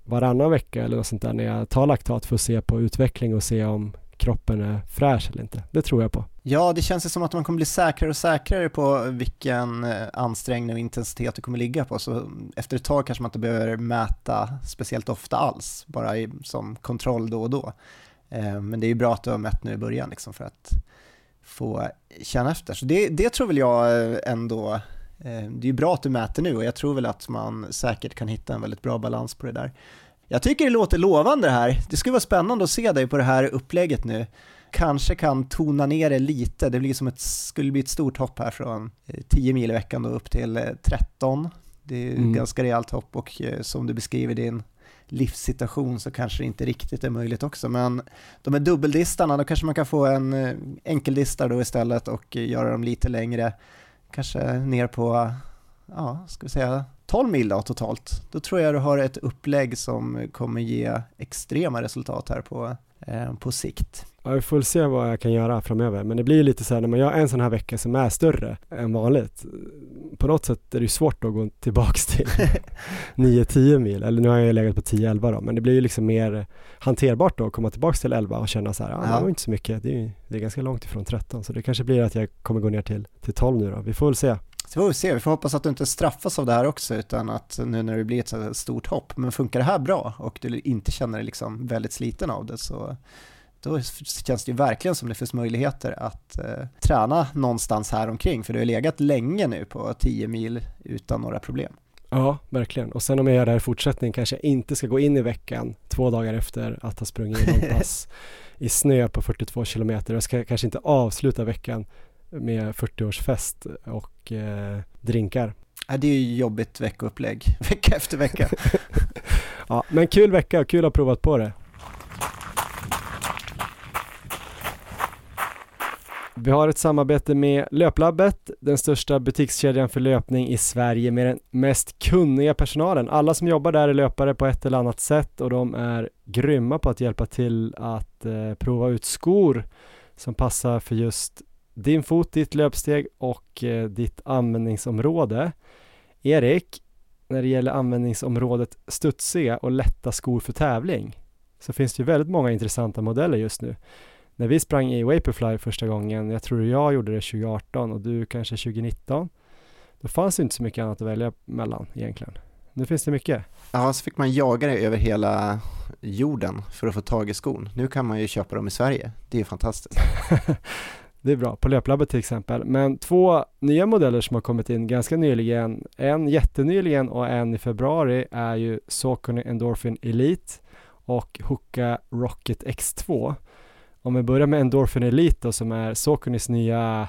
Speaker 2: varannan vecka eller något sånt där när jag tar laktat för att se på utveckling och se om kroppen är fräsch eller inte. Det tror jag på.
Speaker 3: Ja, det känns som att man kommer bli säkrare och säkrare på vilken ansträngning och intensitet du kommer ligga på. Så efter ett tag kanske man inte behöver mäta speciellt ofta alls, bara i, som kontroll då och då. Eh, men det är ju bra att du har mätt nu i början liksom, för att få känna efter. Så det, det tror väl jag ändå, eh, det är ju bra att du mäter nu och jag tror väl att man säkert kan hitta en väldigt bra balans på det där. Jag tycker det låter lovande det här. Det skulle vara spännande att se dig på det här upplägget nu. Kanske kan tona ner det lite. Det blir som ett, skulle bli ett stort hopp här från tio mil i veckan då upp till tretton. Det är mm. ganska rejält hopp och som du beskriver din livssituation så kanske det inte riktigt är möjligt också. Men de är dubbeldistarna, då kanske man kan få en enkeldistar då istället och göra dem lite längre. Kanske ner på, ja, ska vi säga tolv mil då, totalt. Då tror jag du har ett upplägg som kommer ge extrema resultat här på, eh, på sikt.
Speaker 2: Ja, vi får se vad jag kan göra framöver. Men det blir ju lite så här när man gör en sån här vecka som är större än vanligt. På något sätt är det ju svårt att gå tillbaks till nio tio mil. Eller nu har jag legat på tio elva då. Men det blir ju liksom mer hanterbart då att komma tillbaks till elva och känna så här, ja, det var inte så mycket. Det är ju det är ganska långt ifrån tretton. Så det kanske blir att jag kommer gå ner till, till tolv nu då. Vi får väl se.
Speaker 3: Så får vi se, vi får hoppas att du inte straffas av det här också utan att nu när det blir ett så stort hopp, men funkar det här bra och du inte känner dig liksom väldigt sliten av det så då känns det ju verkligen som det finns möjligheter att eh, träna någonstans här omkring för du har legat länge nu på tio mil utan några problem.
Speaker 2: Ja, verkligen. Och sen om jag gör det här i fortsättning kanske jag inte ska gå in i veckan två dagar efter att ha sprungit i långpass i snö på fyrtiotvå kilometer. Jag ska kanske inte avsluta veckan med fyrtioårsfest och eh, drinkar.
Speaker 3: Ja, det är ju jobbigt veckoupplägg, vecka efter vecka.
Speaker 2: Ja, men kul vecka och kul att ha provat på det. Vi har ett samarbete med Löplabbet, den största butikskedjan för löpning i Sverige med den mest kunniga personalen. Alla som jobbar där är löpare på ett eller annat sätt och de är grymma på att hjälpa till att eh, prova ut skor som passar för just din fot, ditt löpsteg och eh, ditt användningsområde. Erik, när det gäller användningsområdet studsiga och lätta skor för tävling så finns det ju väldigt många intressanta modeller just nu. När vi sprang i Vaporfly första gången, jag tror jag gjorde det tjugo arton och du kanske tjugo nitton, då fanns det inte så mycket annat att välja mellan egentligen. Nu finns det mycket.
Speaker 3: Ja, så fick man jaga det över hela jorden för att få tag i skon. Nu kan man ju köpa dem i Sverige. Det är ju fantastiskt.
Speaker 2: Det är bra, på Löplabbet till exempel. Men två nya modeller som har kommit in ganska nyligen, en jättenyligen och en i februari är ju Saucony Endorphin Elite och Hoka Rocket X två. Om vi börjar med Endorphin Elite då, som är Sauconys nya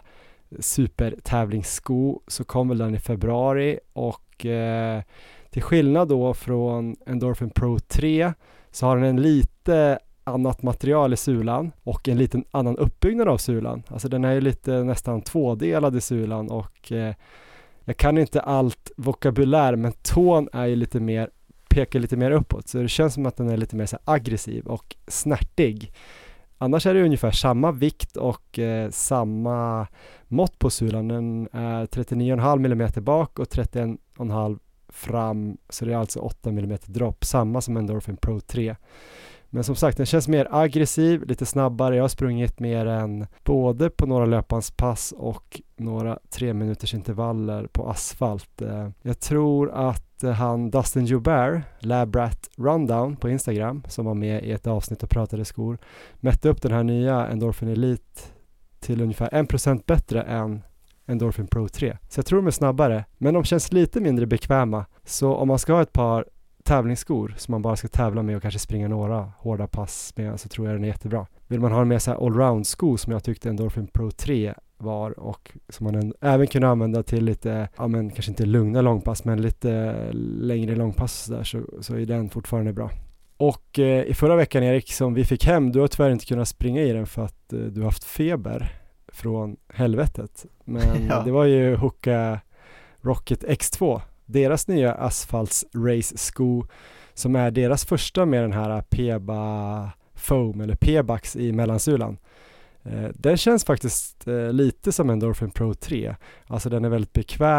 Speaker 2: supertävlingssko, så kommer den i februari och eh, till skillnad då från Endorphin Pro tre så har den en lite annat material i sulan och en liten annan uppbyggnad av sulan. Alltså den är ju lite nästan tvådelad i sulan och eh, jag kan inte allt vokabulär, men tån är ju lite mer, pekar lite mer uppåt, så det känns som att den är lite mer så här aggressiv och snärtig. Annars är det ungefär samma vikt och eh, samma mått på sulan. Den är trettionio komma fem millimeter bak och trettioen komma fem fram, så det är alltså åtta millimeter dropp, samma som Endorphin Pro tre. Men som sagt, den känns mer aggressiv, lite snabbare. Jag har sprungit mer än både på några löpanspass och några tre minuters intervaller på asfalt. Jag tror att han Dustin Joubert, Labrat Rundown på Instagram, som var med i ett avsnitt och pratade skor, mätte upp den här nya Endorphin Elite till ungefär en procent bättre än Endorphin Pro tre. Så jag tror de är snabbare, men de känns lite mindre bekväma. Så om man ska ha ett par tävlingsskor som man bara ska tävla med och kanske springa några hårda pass med, så tror jag den är jättebra. Vill man ha en mer så här allround sko som jag tyckte Endorphin Pro tre var och som man en, även kunde använda till lite, ja men kanske inte lugna långpass men lite längre långpass där, så, så är den fortfarande bra. Och eh, i förra veckan Erik, som vi fick hem, du har tyvärr inte kunnat springa i den för att eh, du har haft feber från helvetet. Men ja. Det var ju Hoka Rocket X två, deras nya asfalts-race-sko som är deras första med den här Peba Foam eller Pebax i mellansulan. Eh, den känns faktiskt eh, lite som Endorphin Pro tre. Alltså den är väldigt bekväm,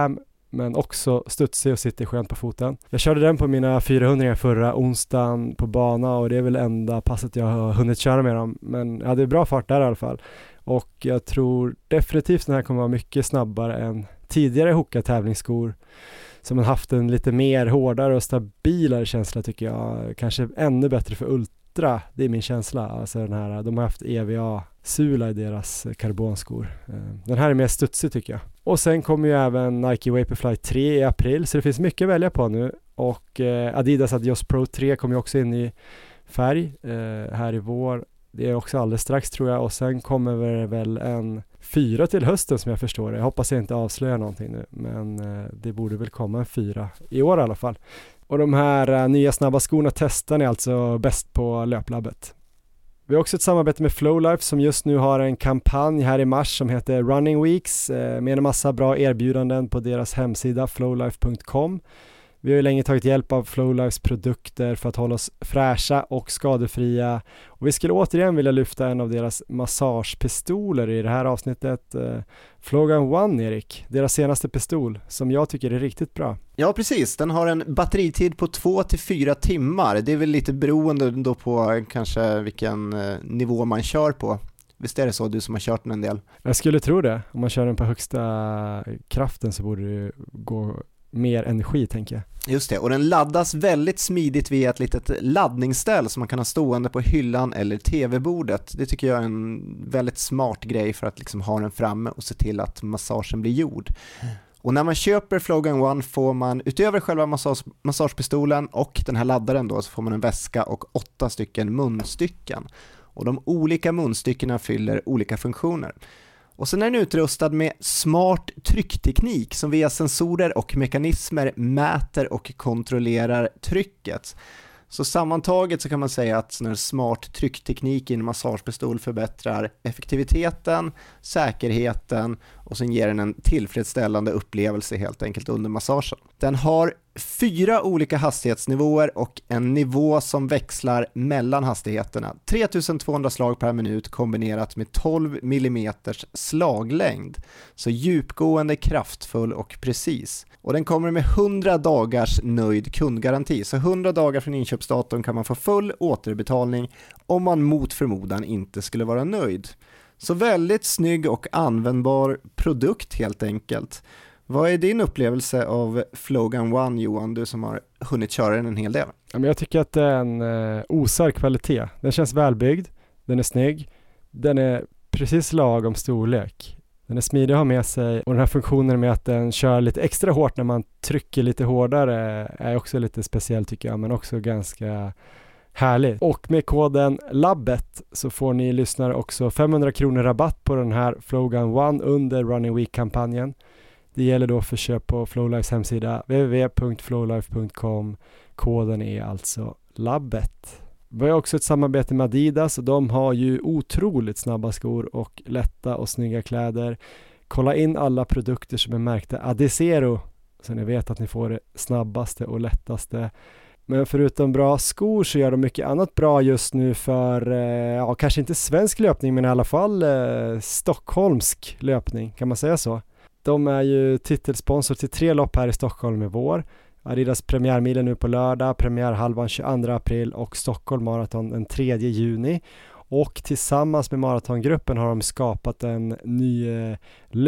Speaker 2: men också studsig och sitter skönt på foten. Jag körde den på mina fyrahundra förra onsdagen på bana och det är väl enda passet jag har hunnit köra med dem. Men ja, det är bra fart där i alla fall. Och jag tror definitivt den här kommer vara mycket snabbare än tidigare Hoka tävlingsskor som har haft en lite mer hårdare och stabilare känsla tycker jag. Kanske ännu bättre för Ultra, det är min känsla. Alltså den här, de har haft E V A-sula i deras karbonskor. Den här är mer studsig tycker jag. Och sen kommer ju även Nike Vaporfly tre i april, så det finns mycket att välja på nu. Och eh, Adidas Adios Pro tre kommer ju också in i färg eh, här i vår. Det är också alldeles strax tror jag. Och sen kommer det väl en fyra till hösten som jag förstår det. Jag hoppas jag inte avslöjar någonting nu. Men eh, det borde väl komma en fyra i år i alla fall. Och de här uh, nya snabba skorna testar ni alltså bäst på löplabbet. Vi har också ett samarbete med Flowlife som just nu har en kampanj här i mars som heter Running Weeks eh, med en massa bra erbjudanden på deras hemsida flowlife punkt com. Vi har ju länge tagit hjälp av Flowlifes produkter för att hålla oss fräscha och skadefria. Och vi skulle återigen vilja lyfta en av deras massagepistoler i det här avsnittet. Eh, Flogan One, Erik. Deras senaste pistol som jag tycker är riktigt bra.
Speaker 3: Ja, precis. Den har en batteritid på två till fyra timmar. Det är väl lite beroende då på kanske vilken eh, nivå man kör på. Visst är det så, du som har kört den en del?
Speaker 2: Jag skulle tro det. Om man kör den på högsta kraften så borde det gå mer energi, tänker jag.
Speaker 3: Just det, och den laddas väldigt smidigt via ett litet laddningsställ som man kan ha stående på hyllan eller tv-bordet. Det tycker jag är en väldigt smart grej för att liksom ha den framme och se till att massagen blir gjord. Och när man köper Flogan One får man utöver själva massage, massagepistolen och den här laddaren då, så får man en väska och åtta stycken munstycken. Och de olika munstyckena fyller olika funktioner. Och sen är den utrustad med smart tryckteknik som via sensorer och mekanismer mäter och kontrollerar trycket. Så sammantaget så kan man säga att sån här smart tryckteknik i en massagepistol förbättrar effektiviteten, säkerheten och sen ger den en tillfredsställande upplevelse helt enkelt under massagen. Den har fyra olika hastighetsnivåer och en nivå som växlar mellan hastigheterna. tre tusen tvåhundra slag per minut kombinerat med tolv millimeters slaglängd. Så djupgående, kraftfull och precis. Och den kommer med hundra dagars nöjd kundgaranti. Så hundra dagar från inköpsdatum kan man få full återbetalning om man mot förmodan inte skulle vara nöjd. Så väldigt snygg och användbar produkt helt enkelt. Vad är din upplevelse av Flogan One, Johan, du som har hunnit köra den en hel del?
Speaker 2: Jag tycker att det är en eh, osar kvalitet. Den känns välbyggd, den är snygg, den är precis lagom storlek. Den är smidig att ha med sig och den här funktionen med att den kör lite extra hårt när man trycker lite hårdare är också lite speciell tycker jag, men också ganska härligt. Och med koden labbet så får ni lyssnare också femhundra kronor rabatt på den här Flogan One under Running Week-kampanjen. Det gäller då för köp på Flowlifes hemsida w w w punkt flowlife punkt com. Koden är alltså labbet. Vi har också ett samarbete med Adidas och de har ju otroligt snabba skor och lätta och snygga kläder. Kolla in alla produkter som är märkta Adizero så ni vet att ni får det snabbaste och lättaste. Men förutom bra skor så gör de mycket annat bra just nu för, eh, ja kanske inte svensk löpning men i alla fall eh, stockholmsk löpning, kan man säga så? De är ju titelsponsor till tre lopp här i Stockholm i vår. Adidas premiärmilen nu på lördag, premiärhalvan tjugoandra april och Stockholm Marathon den tredje juni. Och tillsammans med maratongruppen har de skapat en ny eh,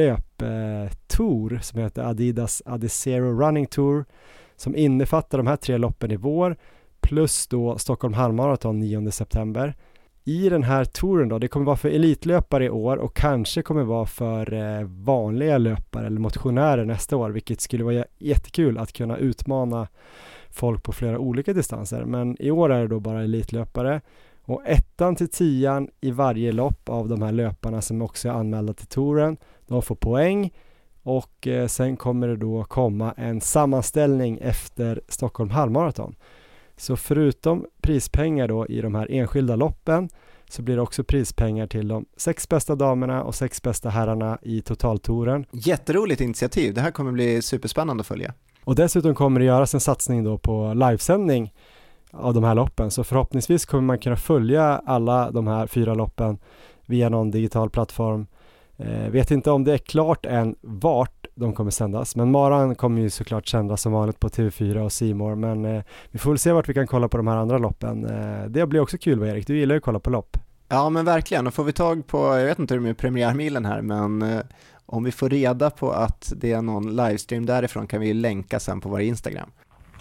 Speaker 2: löptour eh, som heter Adidas Adizero Running Tour som innefattar de här tre loppen i vår plus då Stockholm halvmaraton nionde september. I den här touren då, det kommer vara för elitlöpare i år och kanske kommer vara för eh, vanliga löpare eller motionärer nästa år, vilket skulle vara jättekul att kunna utmana folk på flera olika distanser. Men i år är det då bara elitlöpare och ettan till tian i varje lopp av de här löparna som också är anmälda till touren, de får poäng och eh, sen kommer det då komma en sammanställning efter Stockholm halvmaraton. Så förutom prispengar då i de här enskilda loppen så blir det också prispengar till de sex bästa damerna och sex bästa herrarna i totaltouren.
Speaker 3: Jätteroligt initiativ, det här kommer bli superspännande att följa.
Speaker 2: Och dessutom kommer det göras en satsning då på livesändning av de här loppen. Så förhoppningsvis kommer man kunna följa alla de här fyra loppen via någon digital plattform. Eh, vet inte om det är klart än vart de kommer sändas. Men maran kommer ju såklart sändas som vanligt på T V fyra och C More. Men eh, vi får väl se vart vi kan kolla på de här andra loppen. Eh, det blir också kul, Erik. Du gillar ju att kolla på lopp.
Speaker 3: Ja, men verkligen. Och får vi tag på, jag vet inte hur det är med premiärmilen här, men eh, om vi får reda på att det är någon livestream därifrån kan vi länka sen på vår Instagram.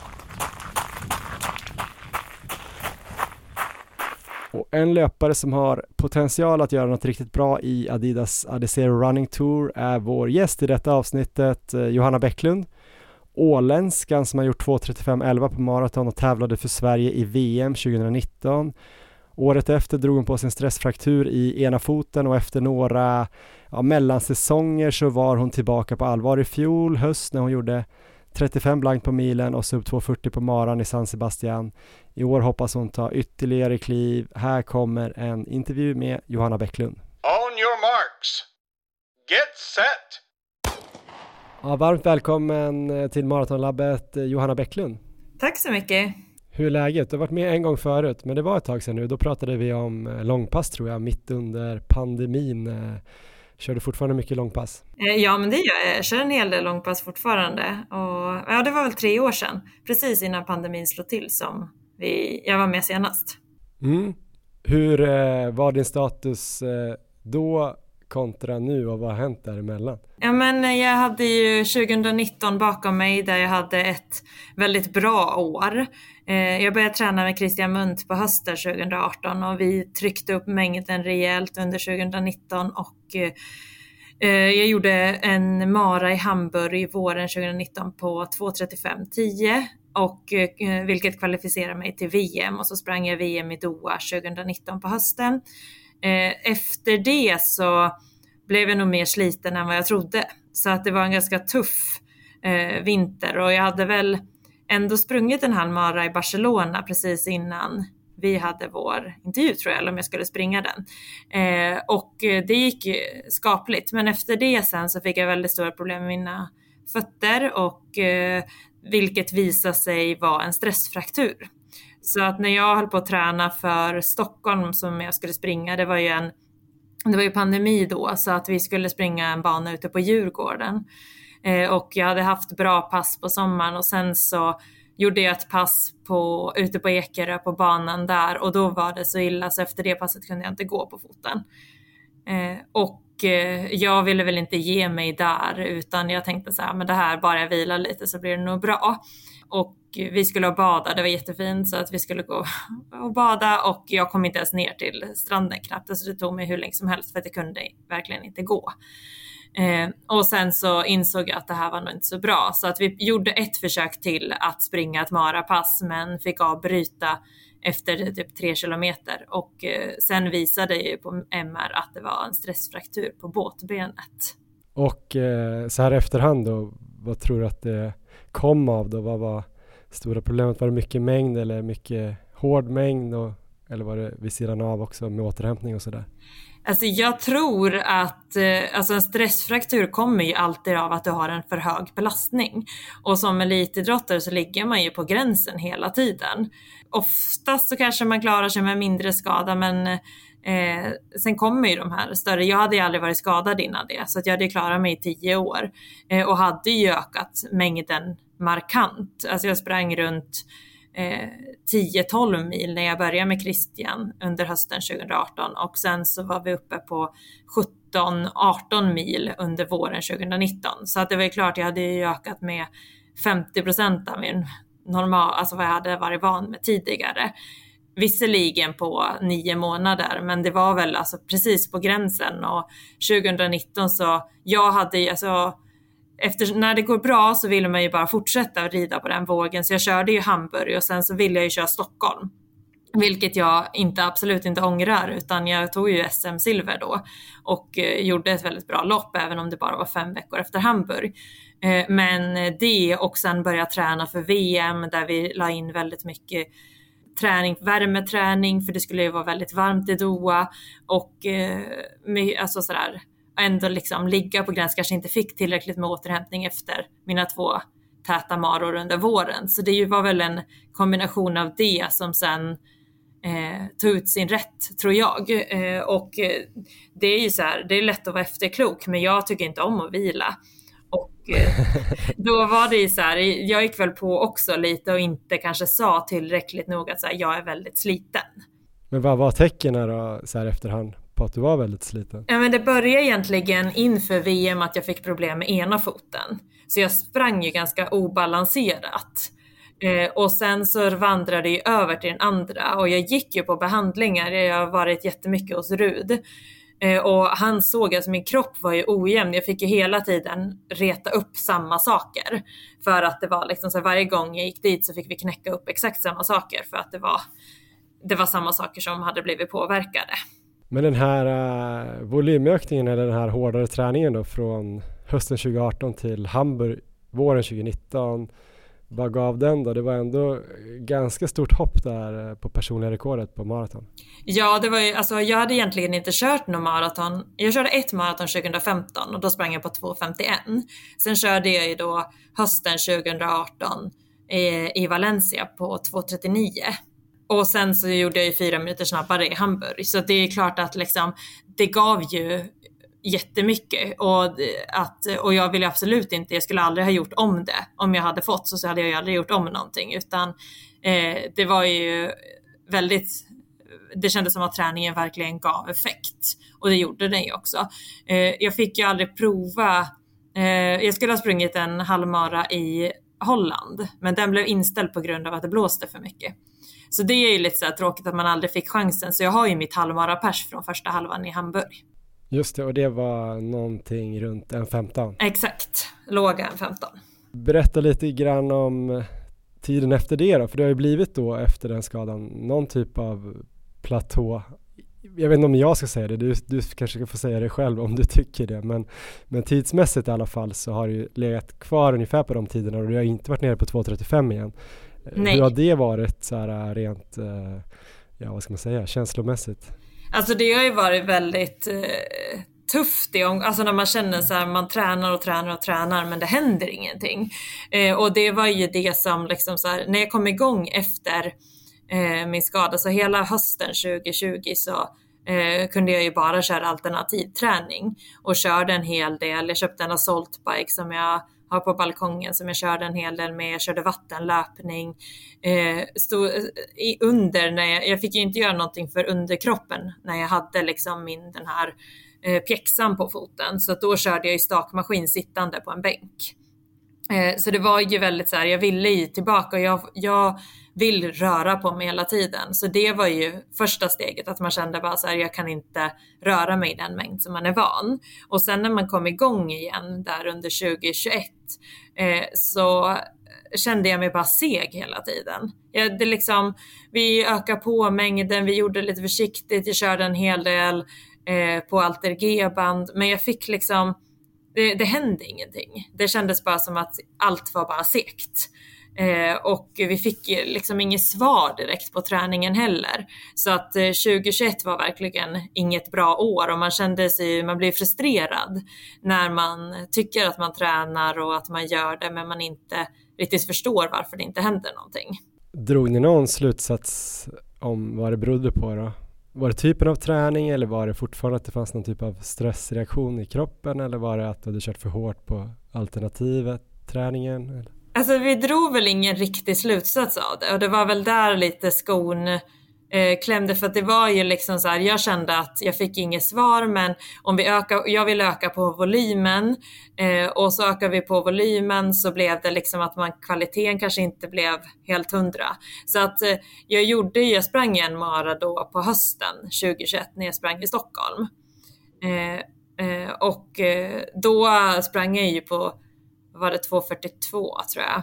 Speaker 2: Och en löpare som har potential att göra något riktigt bra i Adidas Adizero Running Tour är vår gäst i detta avsnittet, Johanna Bäcklund. Åländskan som har gjort två trettiofem elva på maraton och tävlade för Sverige i V M tjugonitton. Året efter drog hon på sin stressfraktur i ena foten och efter några ja, mellansäsonger så var hon tillbaka på allvar i fjol höst när hon gjorde trettiofem blankt på milen och sub två fyrtio på maran i San Sebastian. I år hoppas hon ta ytterligare kliv. Här kommer en intervju med Johanna Bäcklund.
Speaker 1: On your marks. Get set.
Speaker 2: Ja, varmt välkommen till Maratonlabbet, Johanna Bäcklund.
Speaker 4: Tack så mycket.
Speaker 2: Hur är läget? Du har varit med en gång förut, men det var ett tag sedan nu. Då pratade vi om långpass tror jag, mitt under pandemin. Kör du fortfarande mycket långpass?
Speaker 4: Ja, men det gör jag. Jag kör en hel del långpass fortfarande. Och, ja, det var väl tre år sedan, precis innan pandemin slog till, som vi, jag var med senast.
Speaker 2: Mm. Hur eh, var din status eh, då kontra nu och vad har hänt däremellan?
Speaker 4: Ja, men jag hade ju tjugonitton bakom mig där jag hade ett väldigt bra år. Eh, jag började träna med Christian Munt på hösten tjugoarton och vi tryckte upp mängden rejält under tjugonitton och eh, jag gjorde en mara i Hamburg våren tjugonitton på två trettiofem tio och eh, vilket kvalificerade mig till V M och så sprang jag V M i Doha tjugonitton på hösten. Eh, efter det så blev jag nog mer sliten än vad jag trodde. Så att det var en ganska tuff eh, vinter och jag hade väl ändå sprungit en halv mara i Barcelona precis innan vi hade vår intervju tror jag, eller om jag skulle springa den. Eh, och det gick skapligt. Men efter det sen så fick jag väldigt stora problem med mina fötter och eh, vilket visade sig vara en stressfraktur. Så att när jag höll på att träna för Stockholm som jag skulle springa, det var ju en Det var ju pandemi då så att vi skulle springa en bana ute på Djurgården. Eh, och jag hade haft bra pass på sommaren och sen så gjorde jag ett pass på, ute på Ekerö på banan där och då var det så illa så efter det passet kunde jag inte gå på foten. Eh, och eh, jag ville väl inte ge mig där utan jag tänkte så här, men det här bara jag vilar lite så blir det nog bra. Och vi skulle bada, det var jättefint så att vi skulle gå och bada och jag kom inte ens ner till stranden knappt. Alltså det tog mig hur länge som helst för att det kunde verkligen inte gå. Eh, och sen så insåg jag att det här var nog inte så bra. Så att vi gjorde ett försök till att springa ett marapass men fick avbryta efter typ tre kilometer. Och eh, sen visade det ju på M R att det var en stressfraktur på båtbenet.
Speaker 2: Och eh, så här efterhand då, vad tror du att det kom av då? Vad var stora problemet? Var det mycket mängd eller mycket hård mängd? Och, eller var det vid sidan av också med återhämtning och sådär?
Speaker 4: Alltså jag tror att eh, alltså en stressfraktur kommer ju alltid av att du har en för hög belastning. Och som elitidrottare så ligger man ju på gränsen hela tiden. Oftast så kanske man klarar sig med mindre skada men eh, sen kommer ju de här större. Jag hade ju aldrig varit skadad innan det så att jag hade klarat mig i tio år. Eh, och hade ju ökat mängden markant. Alltså jag sprang runt eh, tio tolv mil när jag började med Christian under hösten tjugoarton och sen så var vi uppe på sjutton arton mil under våren tjugonitton. Så att det var ju klart jag hade ju ökat med femtio procent av min normal, alltså vad jag hade varit van med tidigare. Visserligen på nio månader men det var väl alltså precis på gränsen och tjugonitton så jag hade ju alltså efter, när det går bra så vill man ju bara fortsätta att rida på den vågen. Så jag körde ju Hamburg och sen så ville jag ju köra Stockholm. Vilket jag inte, absolut inte ångrar utan jag tog ju S M-silver då. Och eh, gjorde ett väldigt bra lopp även om det bara var fem veckor efter Hamburg. Eh, men det och sen började träna för V M där vi la in väldigt mycket träning, värmeträning för det skulle ju vara väldigt varmt i Doha. Och eh, med, alltså sådär ändå liksom ligga på gräns, kanske inte fick tillräckligt med återhämtning efter mina två täta maror under våren. Så det var väl en kombination av det som sen eh, tog ut sin rätt, tror jag. Eh, och eh, det är ju så här, det är lätt att vara efterklok, men jag tycker inte om att vila. Och då var det ju så här, jag gick väl på också lite och inte kanske sa tillräckligt nog att så här, jag är väldigt sliten.
Speaker 2: Men vad var tecknen då så här efterhand på att du var väldigt sliten?
Speaker 4: Ja, men det började egentligen inför V M att jag fick problem med ena foten. Så jag sprang ju ganska obalanserat. Eh, och sen så vandrade jag över till den andra. Och jag gick ju på behandlingar. Jag har varit jättemycket hos Rud. Eh, och han såg att min kropp var ju ojämn. Jag fick ju hela tiden reta upp samma saker. För att det var liksom så varje gång jag gick dit så fick vi knäcka upp exakt samma saker. För att det var, det var samma saker som hade blivit påverkade.
Speaker 2: Men den här uh, volymökningen eller den här hårdare träningen då från hösten tjugo arton till Hamburg våren tjugo nitton, vad gav den då? Det var ändå ganska stort hopp där på personliga rekordet på maraton.
Speaker 4: Ja, det var ju, alltså jag hade egentligen inte kört någon maraton. Jag körde ett maraton tjugo femton och då sprang jag på två femtioett. Sen körde jag ju då hösten tjugo arton i, i Valencia på två trettionio. Och sen så gjorde jag ju fyra minuter snabbare i Hamburg. Så det är klart att liksom, det gav ju jättemycket. Och, att, och jag ville absolut inte, jag skulle aldrig ha gjort om det. Om jag hade fått så, så hade jag ju aldrig gjort om någonting. Utan eh, det var ju väldigt, det kändes som att träningen verkligen gav effekt. Och det gjorde den ju också. Eh, jag fick ju aldrig prova, eh, jag skulle ha sprungit en halvmara i Holland. Men den blev inställd på grund av att det blåste för mycket. Så det är ju lite så här tråkigt att man aldrig fick chansen. Så jag har ju mitt halvmara-pers från första halvan i Hamburg.
Speaker 2: Just det, och det var någonting runt en femton.
Speaker 4: Exakt, låga en femton.
Speaker 2: Berätta lite grann om tiden efter det då. För det har ju blivit då efter den skadan någon typ av platå. Jag vet inte om jag ska säga det, du, du kanske kan få säga det själv om du tycker det. Men, men tidsmässigt i alla fall så har du legat kvar ungefär på de tiderna och du har inte varit nere på två trettiofem igen. Nej. Hur har det varit så här rent, ja vad ska man säga, känslomässigt?
Speaker 4: Alltså det har ju varit väldigt eh, tufft i, alltså när man känner så här, man tränar och tränar och tränar men det händer ingenting. Eh, och det var ju det som liksom så här, när jag kom igång efter eh, min skada, så hela hösten tjugo tjugo så eh, kunde jag ju bara köra alternativ träning och körde en hel del. Jag köpte en assaultbike som jag har på balkongen som jag körde en hel del med. Jag körde vattenlöpning. Eh, stod i under när jag, jag fick ju inte göra någonting för underkroppen när jag hade liksom min den här eh, pjäxan på foten. Så då körde jag i stakmaskin sittande på en bänk. Eh, så det var ju väldigt så här, jag ville ju tillbaka och jag, jag vill röra på mig hela tiden. Så det var ju första steget, att man kände bara så här, jag kan inte röra mig i den mängd som man är van. Och sen när man kom igång igen där under tjugo tjugoett eh, så kände jag mig bara seg hela tiden. Jag, det liksom, vi ökade på mängden, vi gjorde lite försiktigt, jag körde en hel del eh, på Alter G-band, men jag fick liksom, det, det hände ingenting. Det kändes bara som att allt var bara segt. Eh, och vi fick liksom inget svar direkt på träningen heller. Så att eh, tjugo tjugoett var verkligen inget bra år och man kände sig, man blir frustrerad när man tycker att man tränar och att man gör det men man inte riktigt förstår varför det inte händer någonting.
Speaker 2: Drog ni någon slutsats om vad det berodde på då? Var det typen av träning eller var det fortfarande att det fanns någon typ av stressreaktion i kroppen eller var det att du hade kört för hårt på alternativet träningen? Eller?
Speaker 4: Alltså vi drog väl ingen riktig slutsats av det och det var väl där lite skon eh, klämde, för att det var ju liksom så här, jag kände att jag fick inget svar, men om vi ökar, jag vill öka på volymen eh, och så ökar vi på volymen så blev det liksom att man, kvaliteten kanske inte blev helt hundra. Så att eh, jag gjorde, jag sprang en mara då på hösten tjugo tjugoett när jag sprang i Stockholm eh, eh, och eh, då sprang jag ju på, var det två fyrtiotvå tror jag.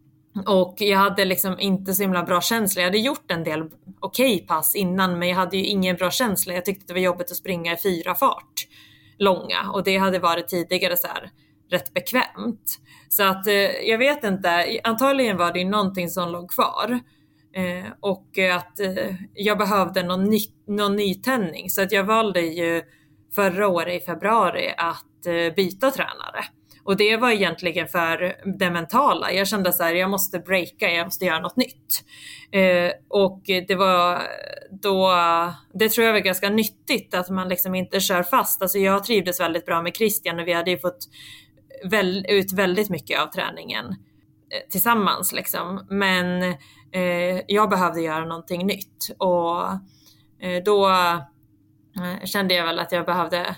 Speaker 4: Och jag hade liksom inte så himla bra känsla. Jag hade gjort en del okej okay pass innan, men jag hade ju ingen bra känsla. Jag tyckte det var jobbigt att springa i fyra fart långa. Och det hade varit tidigare så här rätt bekvämt. Så att eh, jag vet inte. Antagligen var det ju någonting som låg kvar. Eh, och att eh, jag behövde någon, ny, någon nytändning. Så att jag valde ju förra året i februari att eh, byta tränare. Och det var egentligen för det mentala. Jag kände så här, jag måste breaka, jag måste göra något nytt. Eh, och det var då, det tror jag var ganska nyttigt att man liksom inte kör fast. Alltså jag trivdes väldigt bra med Christian och vi hade ju fått väl, ut väldigt mycket av träningen eh, tillsammans liksom. Men eh, jag behövde göra någonting nytt och eh, då eh, kände jag väl att jag behövde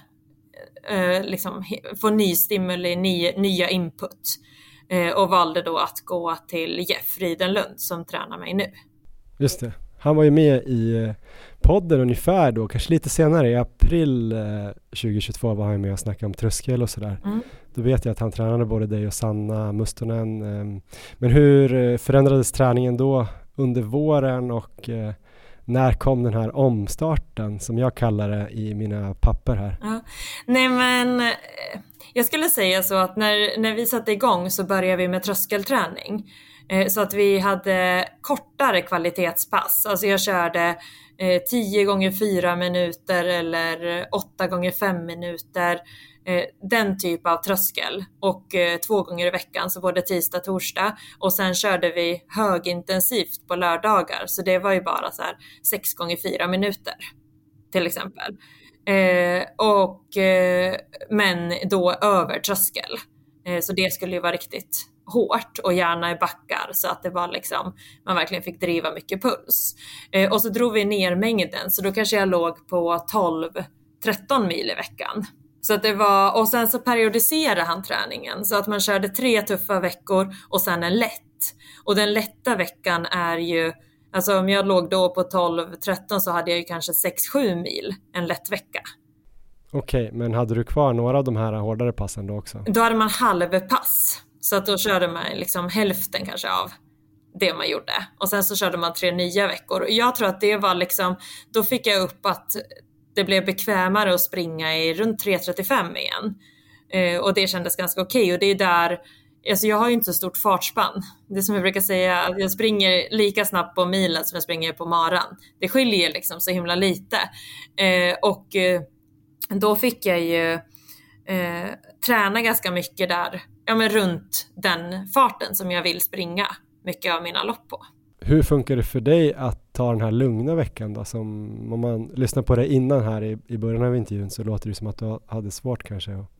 Speaker 4: eh, liksom få ny stimuli, ny, nya input eh, och valde då att gå till Jeff Frydenlund som tränar mig nu.
Speaker 2: Just det. Han var ju med i podden ungefär då, kanske lite senare i april tjugohundratjugotvå var han med och snackade om tröskel och sådär. Mm. Då vet jag att han tränade både dig och Sanna Mustonen. Men hur förändrades träningen då under våren och när kom den här omstarten som jag kallar det i mina papper här?
Speaker 4: Ja. Nej men jag skulle säga så att när, när vi satte igång så började vi med tröskelträning. Så att vi hade kortare kvalitetspass. Alltså jag körde eh, tio gånger fyra minuter eller åtta gånger fem minuter. Eh, den typ av tröskel. Och eh, två gånger i veckan, så både tisdag och torsdag. Och sen körde vi högintensivt på lördagar. Så det var ju bara så här sex gånger fyra minuter till exempel. Eh, och, eh, men då över tröskel. Eh, så det skulle ju vara riktigt hårt och gärna i backar så att det var liksom, man verkligen fick driva mycket puls. Eh, och så drog vi ner mängden, så då kanske jag låg på tolv tretton mil i veckan. Så att det var, och sen så periodiserade han träningen så att man körde tre tuffa veckor och sen en lätt. Och den lätta veckan är ju, alltså om jag låg då på tolv tretton så hade jag ju kanske sex sju mil en lätt vecka.
Speaker 2: Okej, men hade du kvar några av de här hårdare passen då också?
Speaker 4: Då hade man halvpass. Så att då körde man liksom hälften kanske av det man gjorde. Och sen så körde man tre nya veckor. Och jag tror att det var liksom, då fick jag upp att det blev bekvämare att springa i runt tre trettiofem igen. Eh, och det kändes ganska okej. Och det är där, alltså jag har ju inte så stort fartspann. Det som jag brukar säga, att jag springer lika snabbt på milen som jag springer på maran. Det skiljer liksom så himla lite. Eh, och eh, då fick jag ju eh, träna ganska mycket där. Ja, men runt den farten som jag vill springa mycket av mina lopp på.
Speaker 2: Hur funkar det för dig att ta den här lugna veckan då? Som om man lyssnar på det innan här i, i början av intervjun så låter det som att du hade svårt kanske att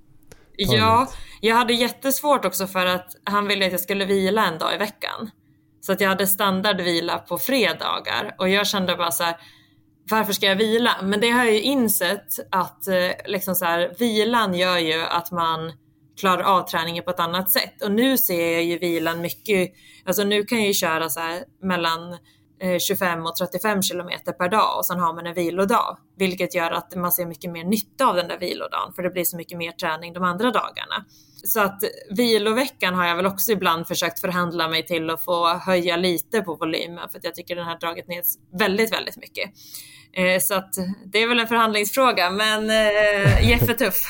Speaker 4: Ja, jag hade jättesvårt också för att han ville att jag skulle vila en dag i veckan. Så att jag hade standardvila på fredagar och jag kände bara så här, varför ska jag vila? Men det har jag ju insett att liksom så här, vilan gör ju att man klarar av träningen på ett annat sätt. Och nu ser jag ju vilan mycket, alltså nu kan jag ju köra så här mellan tjugofem och trettiofem kilometer per dag och sen har man en vilodag. Vilket gör att man ser mycket mer nytta av den där vilodagen, för det blir så mycket mer träning de andra dagarna. Så att viloveckan har jag väl också ibland försökt förhandla mig till att få höja lite på volymen, för att jag tycker den här dragit ner väldigt, väldigt mycket. Så att det är väl en förhandlingsfråga, men Jeff är tuff.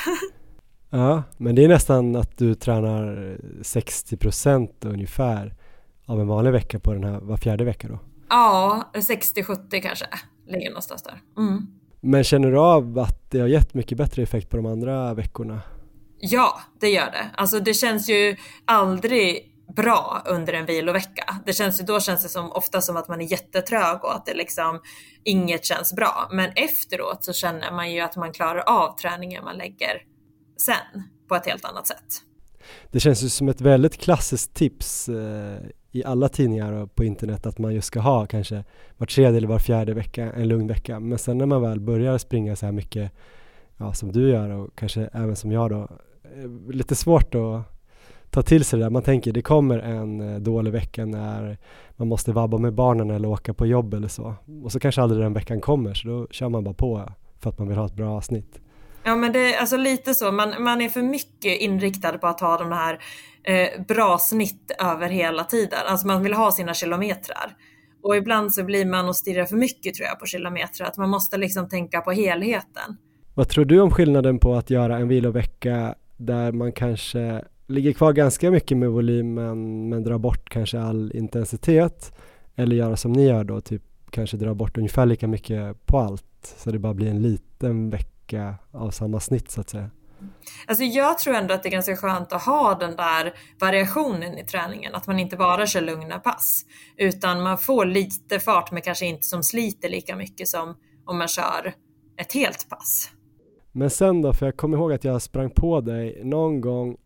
Speaker 2: Ja, men det är nästan att du tränar sextio procent ungefär av en vanlig vecka på den här var fjärde vecka då?
Speaker 4: Ja, sextio sjuttio kanske ligger någonstans där. Mm.
Speaker 2: Men känner du av att det har gett mycket bättre effekt på de andra veckorna?
Speaker 4: Ja, det gör det. Alltså det känns ju aldrig bra under en vilovecka. Det känns ju, då känns det som, ofta som att man är jättetrög och att det liksom inget känns bra. Men efteråt så känner man ju att man klarar av träningen man lägger sen på ett helt annat sätt.
Speaker 2: Det känns ju som ett väldigt klassiskt tips eh, i alla tidningar och på internet att man just ska ha kanske var tredje eller var fjärde vecka en lugn vecka. Men sen när man väl börjar springa så här mycket, ja, som du gör och kanske även som jag då, lite svårt att ta till sig det där. Man tänker det kommer en dålig vecka när man måste vabba med barnen eller åka på jobb eller så. Och så kanske aldrig den veckan kommer, så då kör man bara på för att man vill ha ett bra snitt.
Speaker 4: Ja, men det är alltså lite så. Man, man är för mycket inriktad på att ha de här eh, bra snitt över hela tiden. Alltså man vill ha sina kilometrar. Och ibland så blir man och stirrar för mycket, tror jag, på kilometrar. Att man måste liksom tänka på helheten.
Speaker 2: Vad tror du om skillnaden på att göra en vilovecka där man kanske ligger kvar ganska mycket med volymen men drar bort kanske all intensitet, eller göra som ni gör då, typ kanske dra bort ungefär lika mycket på allt så det bara blir en liten vecka av samma snitt så att säga?
Speaker 4: Alltså jag tror ändå att det är ganska skönt att ha den där variationen i träningen, att man inte bara kör lugna pass utan man får lite fart men kanske inte som sliter lika mycket som om man kör ett helt pass.
Speaker 2: Men sen då, för jag kommer ihåg att jag sprang på dig någon gång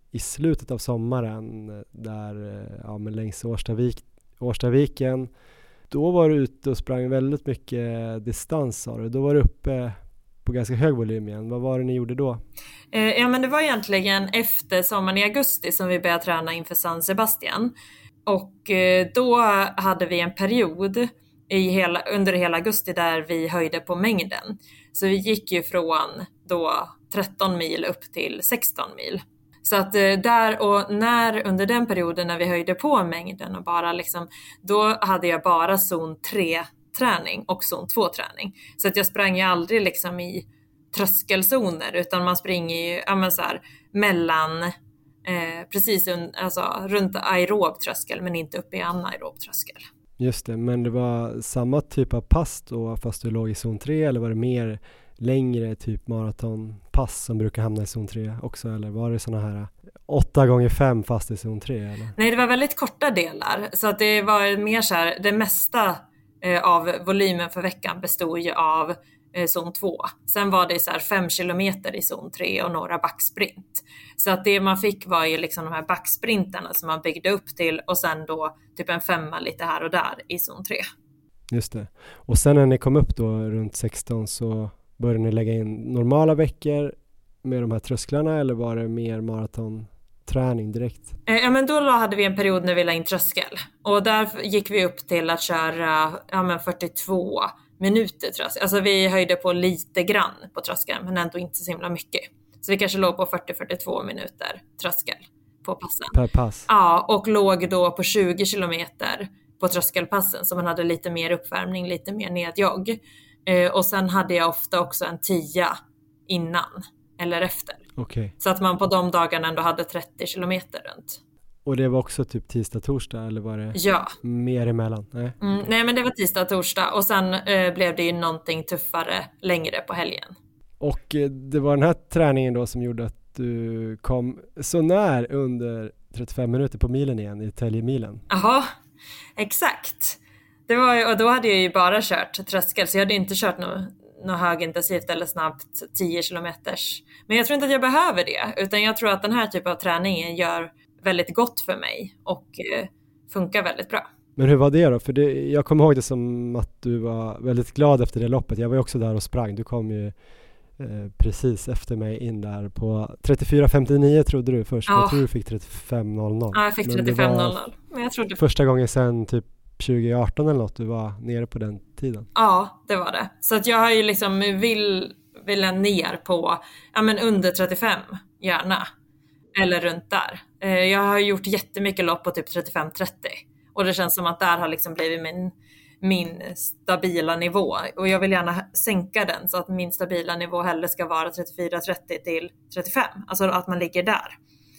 Speaker 2: i slutet av sommaren där, ja, men längs Årstavik, Årstaviken. Då var du ute och sprang väldigt mycket distans, sa du. Då var du uppe på ganska hög volym igen. Vad var det ni gjorde då?
Speaker 4: Eh, ja, men det var egentligen efter sommaren i augusti som vi började träna inför San Sebastian. Och eh, då hade vi en period i hela, under hela augusti där vi höjde på mängden. Så vi gick ju från då tretton mil upp till sexton mil. Så att där och när under den perioden när vi höjde på mängden och bara liksom, då hade jag bara zon tre träning och zon två träning. Så att jag sprang ju aldrig liksom i tröskelzoner, utan man springer ju, ja, men så här, mellan eh, precis un, alltså, runt aerob tröskel men inte upp i anaerob tröskel.
Speaker 2: Just det, men det var samma typ av pass då fast du låg i zon tre, eller var det mer längre typ maratonpass som brukar hamna i zon tre också, eller var det såna här åtta gånger fem fast i zon tre? Eller?
Speaker 4: Nej, det var väldigt korta delar, så att det var mer så här, det mesta eh, av volymen för veckan bestod ju av eh, zon två. Sen var det så här fem kilometer i zon tre och några backsprint. Så att det man fick var ju liksom de här backsprinterna som man byggde upp till, och sen då typ en femma lite här och där i zon tre.
Speaker 2: Just det. Och sen när ni kom upp då runt sexton så började ni lägga in normala veckor med de här trösklarna, eller var det mer maratonträning direkt?
Speaker 4: Ja, men då hade vi en period när vi la in tröskel. Och där gick vi upp till att köra ja, men fyrtiotvå minuter tröskel. Alltså vi höjde på lite grann på tröskeln, men ändå inte så himla mycket. Så vi kanske låg på fyrtio till fyrtiotvå minuter tröskel på passen.
Speaker 2: Per pass?
Speaker 4: Ja, och låg då på tjugo kilometer på tröskelpassen. Så man hade lite mer uppvärmning, lite mer nedjogg. Eh, och sen hade jag ofta också en tia innan eller efter.
Speaker 2: Okay.
Speaker 4: Så att man på de dagarna ändå hade trettio kilometer runt.
Speaker 2: Och det var också typ tisdag, torsdag, eller var det
Speaker 4: ja.
Speaker 2: mer emellan? Nej,
Speaker 4: mm, nej men det var tisdag, torsdag, och sen eh, blev det ju någonting tuffare längre på helgen.
Speaker 2: Och eh, det var den här träningen då som gjorde att du kom så när under trettiofem minuter på milen igen i Täljemilen?
Speaker 4: Jaha, exakt. Det var ju, och då hade jag ju bara kört tröskel, så jag hade inte kört något, något högintensivt eller snabbt tio kilometers. Men jag tror inte att jag behöver det, utan jag tror att den här typen av träningen gör väldigt gott för mig och eh, funkar väldigt bra.
Speaker 2: Men hur var det då? För det, jag kommer ihåg det som att du var väldigt glad efter det loppet. Jag var ju också där och sprang. Du kom ju eh, precis efter mig in där på trettiofyra femtionio trodde du först.
Speaker 4: Ja.
Speaker 2: Jag tror du fick trettiofem noll noll.
Speaker 4: Ja, jag fick trettiofem noll noll. Men jag trodde...
Speaker 2: Första gången sedan typ tjugo arton eller något du var nere på den tiden.
Speaker 4: Ja, det var det. Så att jag har ju liksom vill, vill ner på ja, men under trettiofem gärna. Eller runt där. Jag har gjort jättemycket lopp på typ trettiofem trettio. Och det känns som att där har liksom blivit min, min stabila nivå. Och jag vill gärna sänka den så att min stabila nivå hellre ska vara trettiofyra trettio till trettiofem. Alltså att man ligger där.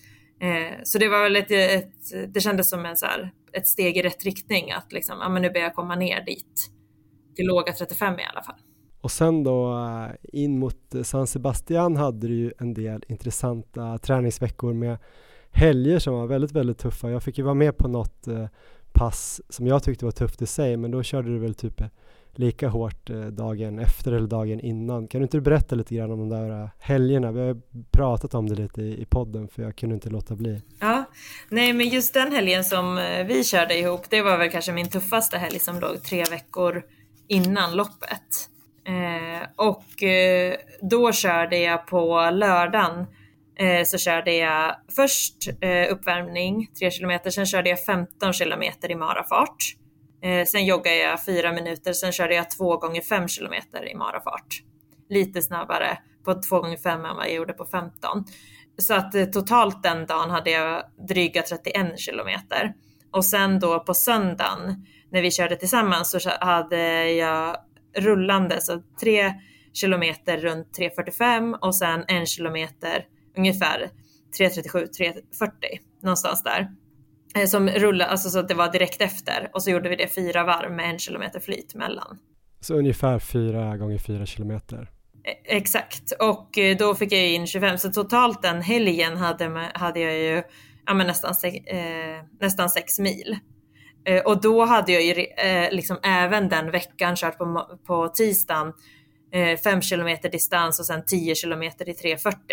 Speaker 4: Så det var väl ett, ett det kändes som en så här, ett steg i rätt riktning. Att liksom, ja men nu börjar jag komma ner dit. Till låga trettiofem i alla fall.
Speaker 2: Och sen då in mot San Sebastian hade du ju en del intressanta träningsveckor med helger som var väldigt, väldigt tuffa. Jag fick ju vara med på något eh, pass som jag tyckte var tufft i sig, men då körde du väl typ lika hårt eh, dagen efter eller dagen innan. Kan du inte berätta lite grann om de där uh, helgerna? Vi har pratat om det lite i, i podden för jag kunde inte låta bli.
Speaker 4: Ja, nej men just den helgen som eh, vi körde ihop, det var väl kanske min tuffaste helg som låg tre veckor innan loppet. Eh, och eh, då körde jag på lördagen eh, så körde jag först eh, uppvärmning tre kilometer, sen körde jag femton kilometer i marafart. Eh, sen joggade jag fyra minuter, sen körde jag två gånger fem kilometer i marafart. Lite snabbare på två gånger fem än vad jag gjorde på femton. Så att eh, totalt den dagen hade jag dryga trettioen kilometer. Och sen då på söndagen när vi körde tillsammans så hade jag rullande så tre kilometer runt tre fyrtiofem och sen en kilometer ungefär tre trettiosju tre fyrtio någonstans där som rullade, alltså så att det var direkt efter, och så gjorde vi det fyra varv med en kilometer flyt mellan.
Speaker 2: Så ungefär fyra gånger fyra kilometer.
Speaker 4: Exakt, och då fick jag in tjugofem, så totalt den helgen hade, hade jag ju ja, men nästan, eh, nästan sex mil. Och då hade jag ju eh, liksom även den veckan kört på, på tisdagen eh, fem kilometer distans och sen tio kilometer i tre fyrtio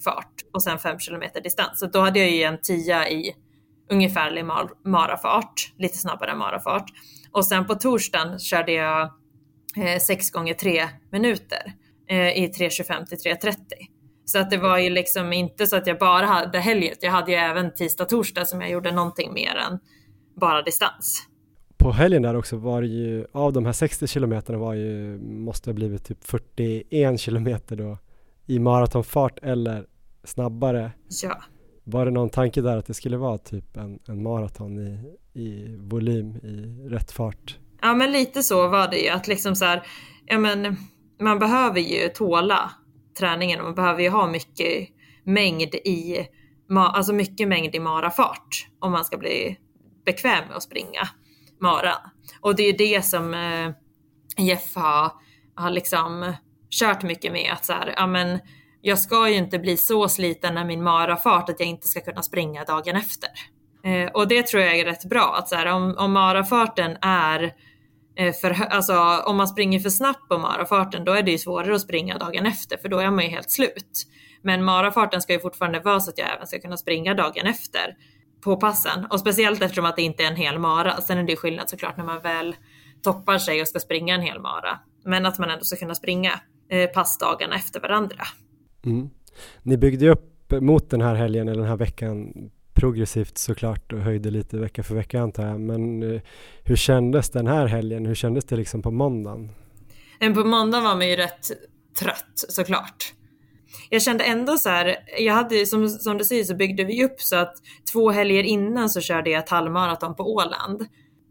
Speaker 4: fart och sen fem kilometer distans. Så då hade jag ju en tia i ungefärlig mar- marafart, lite snabbare marafart. Och sen på torsdagen körde jag eh, sex gånger tre minuter eh, i tre tjugofem till tre trettio. Så att det var ju liksom inte så att jag bara hade helget. Jag hade ju även tisdag, torsdag som jag gjorde någonting mer än bara distans.
Speaker 2: På helgen där också var det ju, av de här sextio kilometerna var ju, måste ha blivit typ fyrtioen kilometer då i maratonfart eller snabbare.
Speaker 4: Ja.
Speaker 2: Var det någon tanke där att det skulle vara typ en, en maraton i, i volym, i rätt fart?
Speaker 4: Ja, men lite så var det ju. Att liksom så här, ja men man behöver ju tåla träningen och man behöver ju ha mycket mängd i, alltså mycket mängd i marafart om man ska bli bekväm med att springa mara. Och det är det som eh, Jeff har, har liksom kört mycket med, att så här, ja men jag ska ju inte bli så sliten när min marafart att jag inte ska kunna springa dagen efter. Eh, och det tror jag är rätt bra, att så här, om, om marafarten är eh, för, alltså om man springer för snabbt på marafarten, då är det ju svårare att springa dagen efter, för då är man ju helt slut. Men marafarten ska ju fortfarande vara så att jag även ska kunna springa dagen efter på passen, och speciellt eftersom att det inte är en hel mara. Sen är det skillnad såklart när man väl toppar sig och ska springa en hel mara, men att man ändå ska kunna springa eh, passdagarna efter varandra.
Speaker 2: Mm. Ni byggde upp mot den här helgen eller den här veckan progressivt såklart och höjde lite vecka för vecka antar jag, men eh, hur kändes den här helgen? Hur kändes det liksom på måndagen?
Speaker 4: Men på måndagen var man ju rätt trött såklart. Jag kände ändå så här, jag hade, som, som du säger så byggde vi upp så att två helger innan så körde jag ett halvmaraton på Åland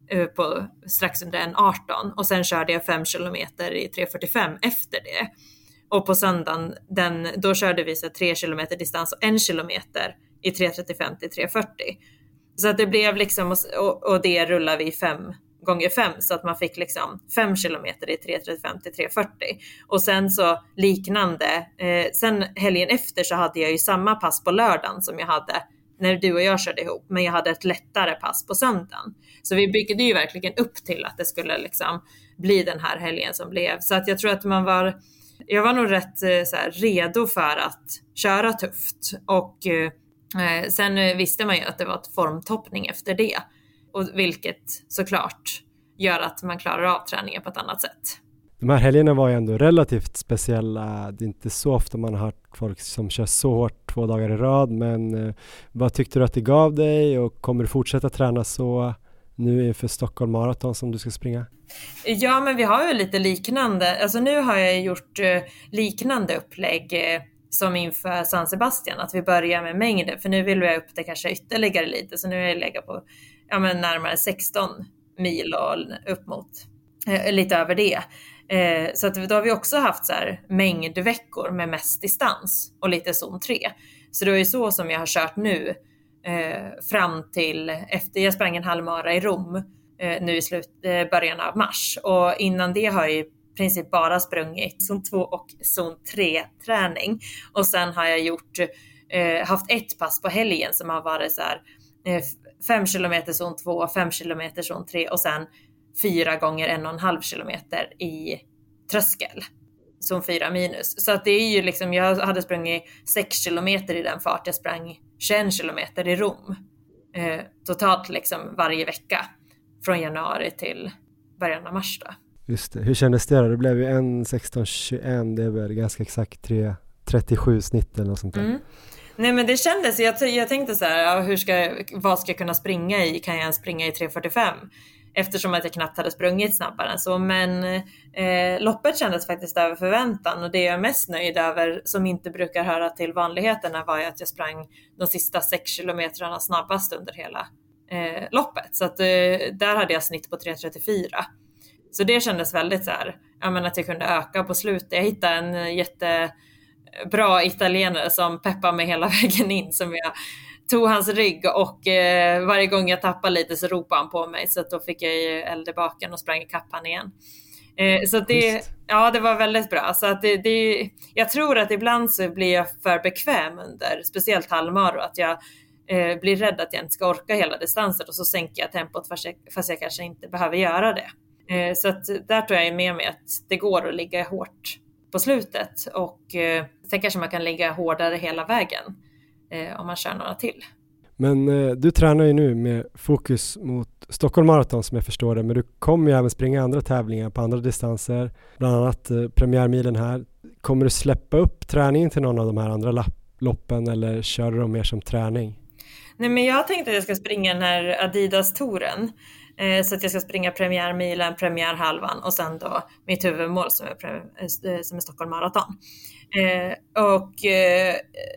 Speaker 4: på strax under en arton, och sen körde jag fem kilometer i tre fyrtiofem efter det. Och på söndagen, den, då körde vi så tre kilometer distans och en kilometer i tre trettiofem till tre fyrtio. Så att det blev liksom, och, och det rullar vi fem gånger fem, så att man fick liksom fem kilometer i tre trettiofem till tre fyrtio. Och sen så liknande, eh, sen helgen efter så hade jag ju samma pass på lördagen som jag hade när du och jag körde ihop, men jag hade ett lättare pass på söndagen. Så vi byggde ju verkligen upp till att det skulle liksom bli den här helgen som blev. Så att jag tror att man var, jag var nog rätt så här, redo för att köra tufft. Och eh, sen visste man ju att det var ett formtoppning efter det. Och vilket såklart gör att man klarar av träningen på ett annat sätt.
Speaker 2: De här helgerna var ju ändå relativt speciella. Det är inte så ofta man har hört folk som kör så hårt två dagar i rad. Men eh, vad tyckte du att det gav dig, och kommer du fortsätta träna så nu inför Stockholm Marathon som du ska springa?
Speaker 4: Ja, men vi har ju lite liknande. Alltså nu har jag gjort eh, liknande upplägg eh, som inför San Sebastian. Att vi börjar med mängden. För nu vill vi ha upp det kanske ytterligare lite. Så nu är jag lägga på ja, men närmare sexton mil och upp mot eh, lite över det. Eh, så att då har vi också haft så här mängdveckor med mest distans och lite zon tre. Så det är ju så som jag har kört nu eh, fram till efter jag sprang en halvmara i Rom eh, nu i slut, eh, början av mars. Och innan det har jag i princip bara sprungit zon två och zon tre träning. Och sen har jag gjort eh, haft ett pass på helgen som har varit så här eh, fem kilometer zon två, fem kilometer zon tre och sen fyra gånger en och en halv kilometer i tröskel. Zon fyra minus. Så att det är ju liksom, jag hade sprungit sex kilometer i den fart. Jag sprang tjugoen kilometer i Rom. Eh, totalt liksom varje vecka. Från januari till början av mars då.
Speaker 2: Just det. Hur kändes det då? Det blev ju en sexton tjugoen. Det är väl ganska exakt tre trettiosju snitt eller något sånt där. Mm.
Speaker 4: Nej, men det kändes, jag, jag tänkte så här, ja, hur ska, vad ska jag kunna springa i? Kan jag springa i tre fyrtiofem? Eftersom att jag knappt hade sprungit snabbare än så. Men eh, loppet kändes faktiskt över förväntan. Och det jag är mest nöjd över, som inte brukar höra till vanligheterna, var ju att jag sprang de sista sex kilometrarna snabbast under hela eh, loppet. Så att eh, där hade jag snitt på tre trettiofyra. Så det kändes väldigt så här, jag menar, att jag kunde öka på slutet. Jag hittade en jättebra italienare som peppade mig hela vägen in, som jag tog hans rygg, och eh, varje gång jag tappade lite så ropade han på mig, så att då fick jag ju eld i baken och sprang i kapp han igen. Eh, så det, ja, det var väldigt bra. Så att det, det, jag tror att ibland så blir jag för bekväm under, speciellt halvmaro, att jag eh, blir rädd att jag inte ska orka hela distansen, och så sänker jag tempot fast jag, fast jag kanske inte behöver göra det. Eh, så att där tror jag med mig att det går att ligga hårt på slutet. Och eh, sen kanske man kan lägga hårdare hela vägen eh, om man kör några till.
Speaker 2: Men eh, du tränar ju nu med fokus mot Stockholm Marathon som jag förstår det, men du kommer ju även springa andra tävlingar på andra distanser, bland annat eh, premiärmilen här. Kommer du släppa upp träningen till någon av de här andra lapp- loppen eller kör du dem mer som träning?
Speaker 4: Nej, men jag tänkte att jag ska springa den här Adidas-touren. Eh, så att jag ska springa premiärmilen, premiärhalvan och sen då mitt huvudmål som är, pre- som är Stockholm Marathon. Eh, och eh,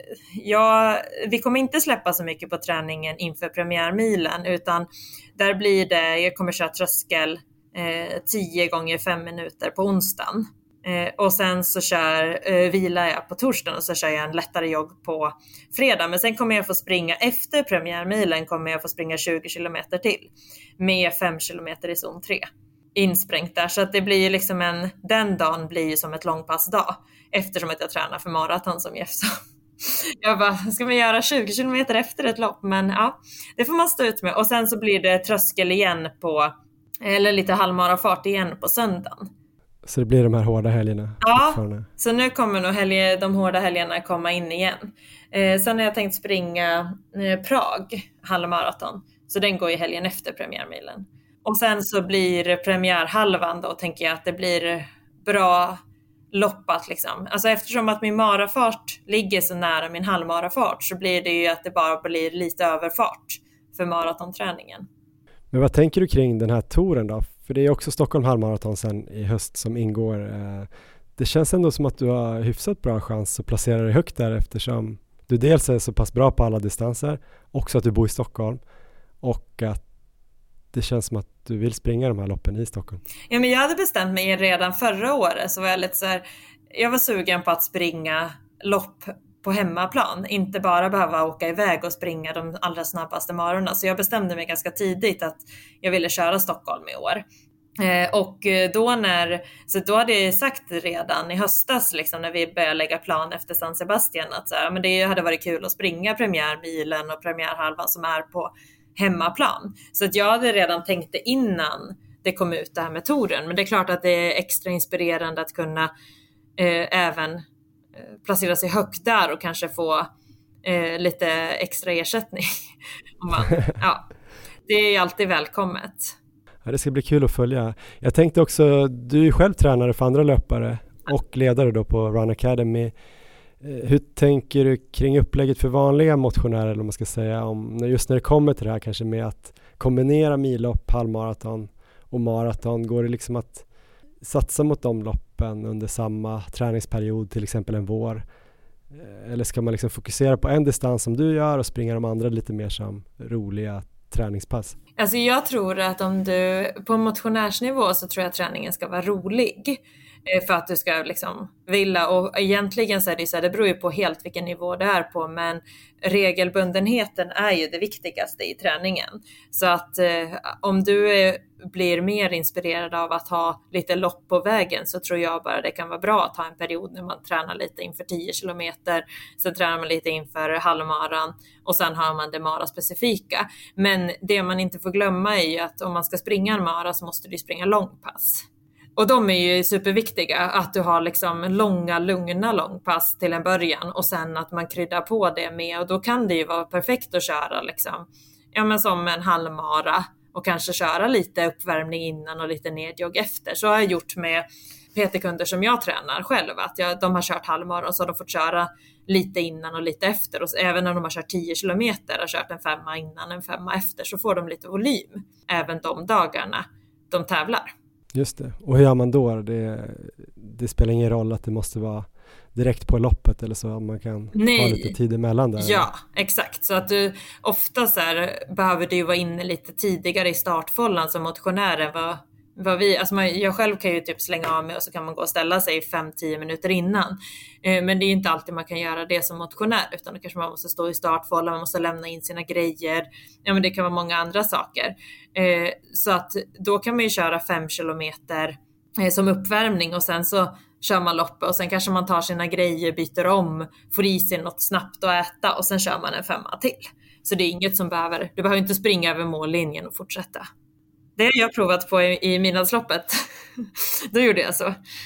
Speaker 4: ja, vi kommer inte släppa så mycket på träningen inför premiärmilen, utan där blir det, jag kommer köra tröskel eh, tio gånger fem minuter på onsdagen. Eh, och sen så kör, eh, vilar jag på torsdagen och så kör jag en lättare jogg på fredag. Men sen kommer jag få springa, efter premiärmilen kommer jag få springa tjugo kilometer till. Med fem kilometer i zon tre. Insprängt där. Så att det blir ju liksom en, den dagen blir ju som ett långpassdag. Eftersom att jag tränar för maraton som Jeff sa. Jag bara, ska man göra tjugo kilometer efter ett lopp? Men ja, det får man stå ut med. Och sen så blir det tröskel igen på, eller lite halvmarafart igen på söndagen.
Speaker 2: Så det blir de här hårda helgerna?
Speaker 4: Ja, så nu kommer nog helg, de hårda helgerna komma in igen. Eh, sen har jag tänkt springa eh, Prag halvmaraton. Så den går ju helgen efter premiärmilen. Och sen så blir premiärhalvan då, tänker jag att det blir bra loppat liksom. Alltså eftersom att min marafart ligger så nära min halvmarafart så blir det ju att det bara blir lite överfart för maratonträningen.
Speaker 2: Men vad tänker du kring den här touren då? För det är också Stockholm halvmaraton sen i höst som ingår. Det känns ändå som att du har hyfsat bra chans att placera dig högt där, eftersom du dels är så pass bra på alla distanser, också att du bor i Stockholm och att det känns som att du vill springa de här loppen i Stockholm.
Speaker 4: Ja, men jag hade bestämt mig redan förra året, så var jag lite så här, jag var sugen på att springa lopp på hemmaplan, inte bara behöva åka iväg och springa de allra snabbaste marorna. Så jag bestämde mig ganska tidigt att jag ville köra Stockholm i år. Eh, och då när, så då hade jag sagt redan i höstas liksom, när vi började lägga plan efter San Sebastian att så här, men det hade varit kul att springa premiärmilen och premiärhalvan som är på hemmaplan. Så att jag hade redan tänkt det innan det kom ut det här med touren. Men det är klart att det är extra inspirerande att kunna eh, även placera sig högt där och kanske få eh, lite extra ersättning. Om man, ja, det är alltid välkommet.
Speaker 2: Ja, det ska bli kul att följa. Jag tänkte också, du är själv tränare för andra löpare och ledare då på Run Academy. Hur tänker du kring upplägget för vanliga motionärer, eller man ska säga, om just när det kommer till det här kanske med att kombinera millopp, halvmaraton och maraton? Går det liksom att satsa mot de loppen under samma träningsperiod, till exempel en vår? Eller ska man liksom fokusera på en distans som du gör och springa de andra lite mer som roliga träningspass?
Speaker 4: Alltså jag tror att om du på motionärsnivå så tror jag att träningen ska vara rolig. För att du ska liksom vilja, och egentligen så är det så här, det beror ju på helt vilken nivå det är på, men regelbundenheten är ju det viktigaste i träningen. Så att eh, om du är, blir mer inspirerad av att ha lite lopp på vägen, så tror jag bara det kan vara bra att ha en period när man tränar lite inför tio kilometer, sen tränar man lite inför halvmaran och sen har man det mara-specifika. Men det man inte får glömma är ju att om man ska springa en mara så måste du springa långpass. Och de är ju superviktiga, att du har liksom långa, lugna långpass till en början och sen att man kryddar på det med, och då kan det ju vara perfekt att köra liksom, ja men som en halvmara och kanske köra lite uppvärmning innan och lite nedjogg efter. Så har jag gjort med P T-kunder som jag tränar själv, att jag, de har kört halvmara och så har de fått köra lite innan och lite efter, och även när de har kört tio kilometer och kört en femma innan, en femma efter, så får de lite volym även de dagarna de tävlar.
Speaker 2: Just det. Och hur gör man då? Det, det spelar ingen roll att det måste vara direkt på loppet eller så, man kan
Speaker 4: Nej.
Speaker 2: ha lite tid emellan där.
Speaker 4: Ja, exakt. Så att du ofta så här, behöver du vara inne lite tidigare i startfållan som motionärer. Vad, vad vi, alltså man, jag själv kan ju typ slänga av mig och så kan man gå och ställa sig fem till tio minuter innan. Eh, men det är ju inte alltid man kan göra det som motionär, utan då kanske man måste stå i startfållan, man måste lämna in sina grejer. Ja, men det kan vara många andra saker. Eh, så att då kan man ju köra fem kilometer eh, som uppvärmning och sen så kör man loppet och sen kanske man tar sina grejer, byter om, får i sig något snabbt att äta och sen kör man en femma till. Så det är inget som behöver, du behöver inte springa över mållinjen och fortsätta. Det har jag provat på i, i midnattsloppet. Då gjorde jag så.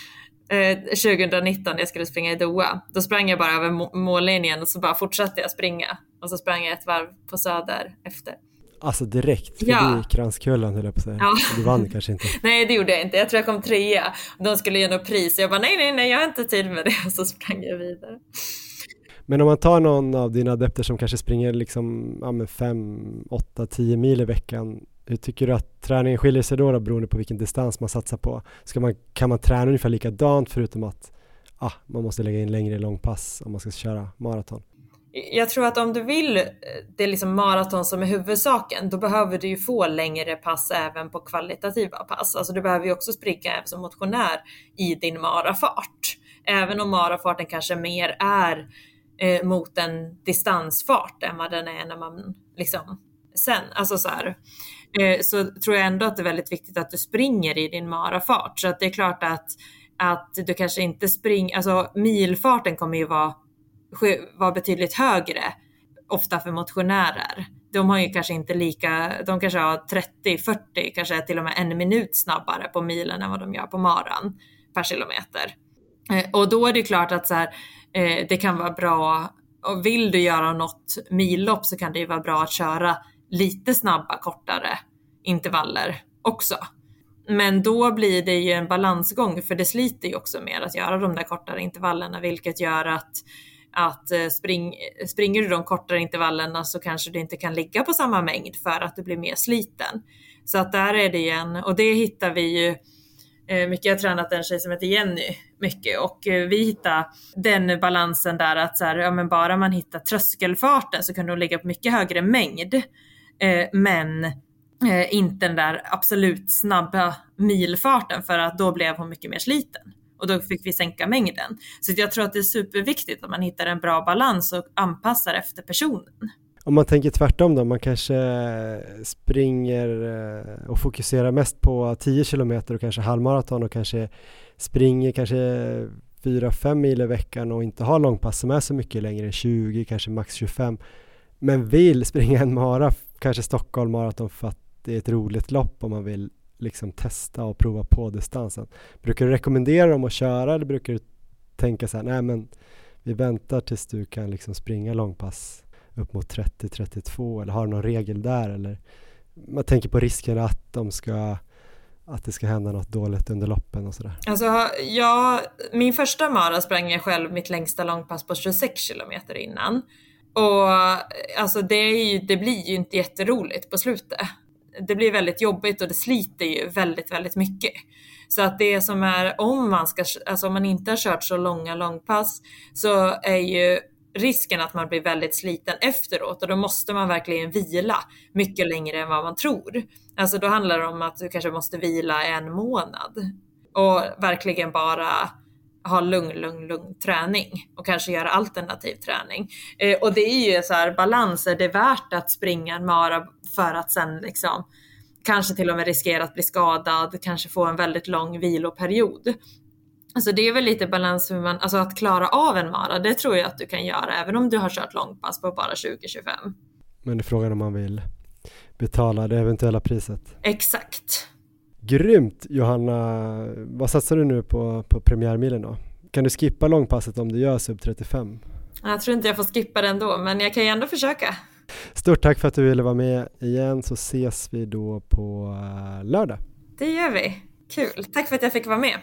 Speaker 4: eh, tjugonitton när jag skulle springa i Doha. Då sprang jag bara över må- mållinjen och så bara fortsatte jag springa. Och så sprang jag ett varv på Söder efter.
Speaker 2: Alltså direkt förbi
Speaker 4: Ja.
Speaker 2: Kranskullen höll jag på att säga.
Speaker 4: Ja.
Speaker 2: Du vann kanske inte.
Speaker 4: Nej, det gjorde jag inte. Jag tror jag kom trea. De skulle ge något pris. Jag bara nej, nej, nej, jag har inte tid med det. Och så sprang jag vidare.
Speaker 2: Men om man tar någon av dina adepter som kanske springer liksom ja, med fem, åtta, tio mil i veckan. Hur tycker du att träningen skiljer sig då, då beroende på vilken distans man satsar på? Ska man, kan man träna ungefär likadant förutom att ah, man måste lägga in längre långpass om man ska köra maraton?
Speaker 4: Jag tror att om du vill, det är liksom maraton som är huvudsaken, då behöver du ju få längre pass även på kvalitativa pass. Alltså du behöver ju också springa även som motionär i din marafart. Även om marafarten kanske mer är eh, mot en distansfart än vad den är när man liksom sen, alltså så här, eh, så tror jag ändå att det är väldigt viktigt att du springer i din marafart. Så att det är klart att, att du kanske inte springer, alltså milfarten kommer ju vara var betydligt högre ofta för motionärer. De har ju kanske inte lika, de kanske har trettio fyrtio, kanske till och med en minut snabbare på milen än vad de gör på maran per kilometer. Eh, och då är det klart att så här, eh, det kan vara bra, och vill du göra något millopp så kan det ju vara bra att köra lite snabba, kortare intervaller också. Men då blir det ju en balansgång, för det sliter ju också mer att göra de där kortare intervallerna, vilket gör att att spring, springer du de kortare intervallerna så kanske du inte kan ligga på samma mängd för att du blir mer sliten. Så att där är det igen, och det hittar vi ju mycket. Jag har tränat en tjej som heter Jenny mycket, och vi hittar den balansen där att så här, ja, men bara man hittar tröskelfarten så kan du ligga på mycket högre mängd, eh, men eh, inte den där absolut snabba milfarten, för att då blev hon mycket mer sliten. Och då fick vi sänka mängden. Så jag tror att det är superviktigt att man hittar en bra balans och anpassar efter personen.
Speaker 2: Om man tänker tvärtom då, man kanske springer och fokuserar mest på tio kilometer och kanske halvmaraton och kanske springer kanske fyra fem mil i veckan och inte har långpass som är så mycket längre, tjugo, kanske max tjugofem. Men vill springa en mara, kanske Stockholm maraton, för att det är ett roligt lopp om man vill liksom testa och prova på distansen. Brukar du rekommendera dem att köra, eller brukar du tänka så här, nej men vi väntar tills du kan liksom springa långpass upp mot trettio trettiotvå, eller har du någon regel där, eller man tänker på risken att de ska att det ska hända något dåligt under loppen och sådär?
Speaker 4: Alltså, ja, min första mara sprang jag själv mitt längsta långpass på tjugosex kilometer innan. Och alltså det, är ju, det blir ju inte jätteroligt på slutet. Det blir väldigt jobbigt och det sliter ju väldigt, väldigt mycket. Så att det som är, om man ska, alltså om man inte har kört så långa långpass, så är ju risken att man blir väldigt sliten efteråt, och då måste man verkligen vila mycket längre än vad man tror. Alltså då handlar det om att du kanske måste vila en månad och verkligen bara ha lugn, lugn, lugn träning och kanske göra alternativ träning. Eh, och det är ju så här balanser, det är värt att springa en mara för att sen liksom kanske till och med riskera att bli skadad, kanske få en väldigt lång viloperiod. Alltså det är väl lite balans hur man, alltså att klara av en mara, det tror jag att du kan göra även om du har kört långpass på bara tjugo tjugofem.
Speaker 2: Men det är frågan om man vill betala det eventuella priset.
Speaker 4: Exakt.
Speaker 2: Grymt, Johanna. Vad satsar du nu på, på premiärmilen då? Kan du skippa långpasset om du gör sub trettiofem?
Speaker 4: Jag tror inte jag får skippa den då, men jag kan ju ändå försöka.
Speaker 2: Stort tack för att du ville vara med igen, så ses vi då på lördag.
Speaker 4: Det gör vi. Kul. Tack för att jag fick vara med.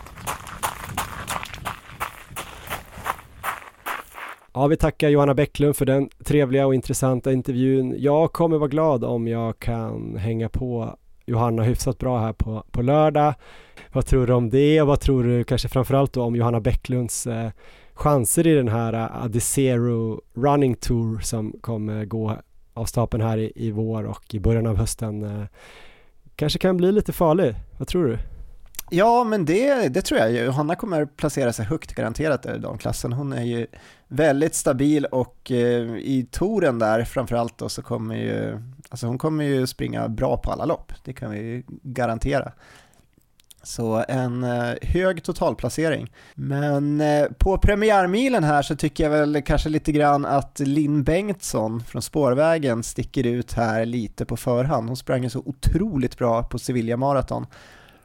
Speaker 2: Ja, vi tackar Johanna Bäcklund för den trevliga och intressanta intervjun. Jag kommer vara glad om jag kan hänga på Johanna hyfsat bra här på, på lördag. Vad tror du om det, och vad tror du kanske framförallt då om Johanna Bäcklunds eh, chanser i den här uh, Adizero Running Tour som kommer gå av stapeln här i, i vår och i början av hösten. Eh, kanske kan bli lite farlig. Vad tror du?
Speaker 3: Ja, men det, det tror jag. Johanna kommer placera sig högt garanterat i damklassen. Hon är ju väldigt stabil, och eh, i touren där framförallt då, så kommer ju, alltså hon kommer ju springa bra på alla lopp. Det kan vi garantera. Så en eh, hög totalplacering. Men eh, på premiärmilen här så tycker jag väl kanske lite grann att Linn Bengtsson från Spårvägen sticker ut här lite på förhand. Hon sprang så otroligt bra på Sevilla Marathon.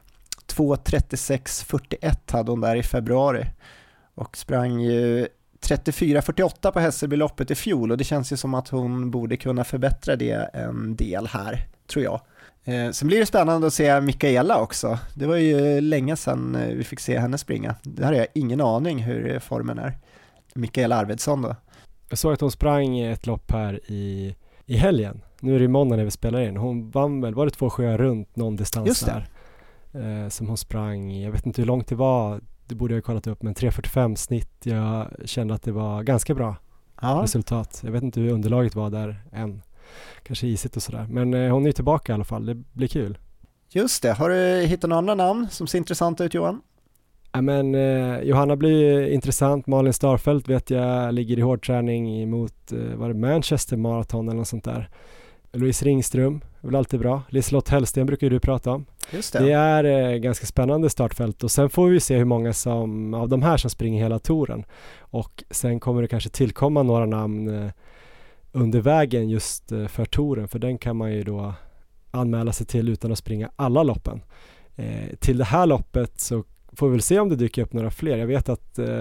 Speaker 3: två trettiosex fyrtioett hade hon där i februari och sprang ju trettiofyra fyrtioåtta på Hässelbyloppet i fjol och det känns ju som att hon borde kunna förbättra det en del här, tror jag. Eh, sen blir det spännande att se Mikaela också. Det var ju länge sedan vi fick se henne springa. Det här har jag ingen aning hur formen är. Mikaela Arvidsson då.
Speaker 2: Jag såg att hon sprang ett lopp här i, i helgen. Nu är det i måndag när vi spelar in. Hon vann väl, var det två sjöar runt någon distans där. Eh, som hon sprang, jag vet inte hur långt det var. Det borde jag ha kollat upp, men tre fyrtiofem snitt. Jag kände att det var ganska bra ja. resultat. Jag vet inte hur underlaget var där än. Kanske isigt och sådär. Men eh, hon är tillbaka i alla fall. Det blir kul.
Speaker 3: Just det. Har du hittat några andra namn som ser intressanta ut, Johan?
Speaker 2: Ja, men eh, Johanna blir intressant. Malin Starfelt vet jag ligger i hårdträning mot eh, var det Manchester Marathon eller något sånt där. Louise Ringström är väl alltid bra. Liselott Hellsten brukar du prata om.
Speaker 3: Just det.
Speaker 2: Det är eh, ganska spännande startfält och sen får vi se hur många som, av de här som springer hela touren. Och sen kommer det kanske tillkomma några namn eh, under vägen just eh, för touren, för den kan man ju då anmäla sig till utan att springa alla loppen. Eh, till det här loppet så får vi väl se om det dyker upp några fler. Jag vet att eh,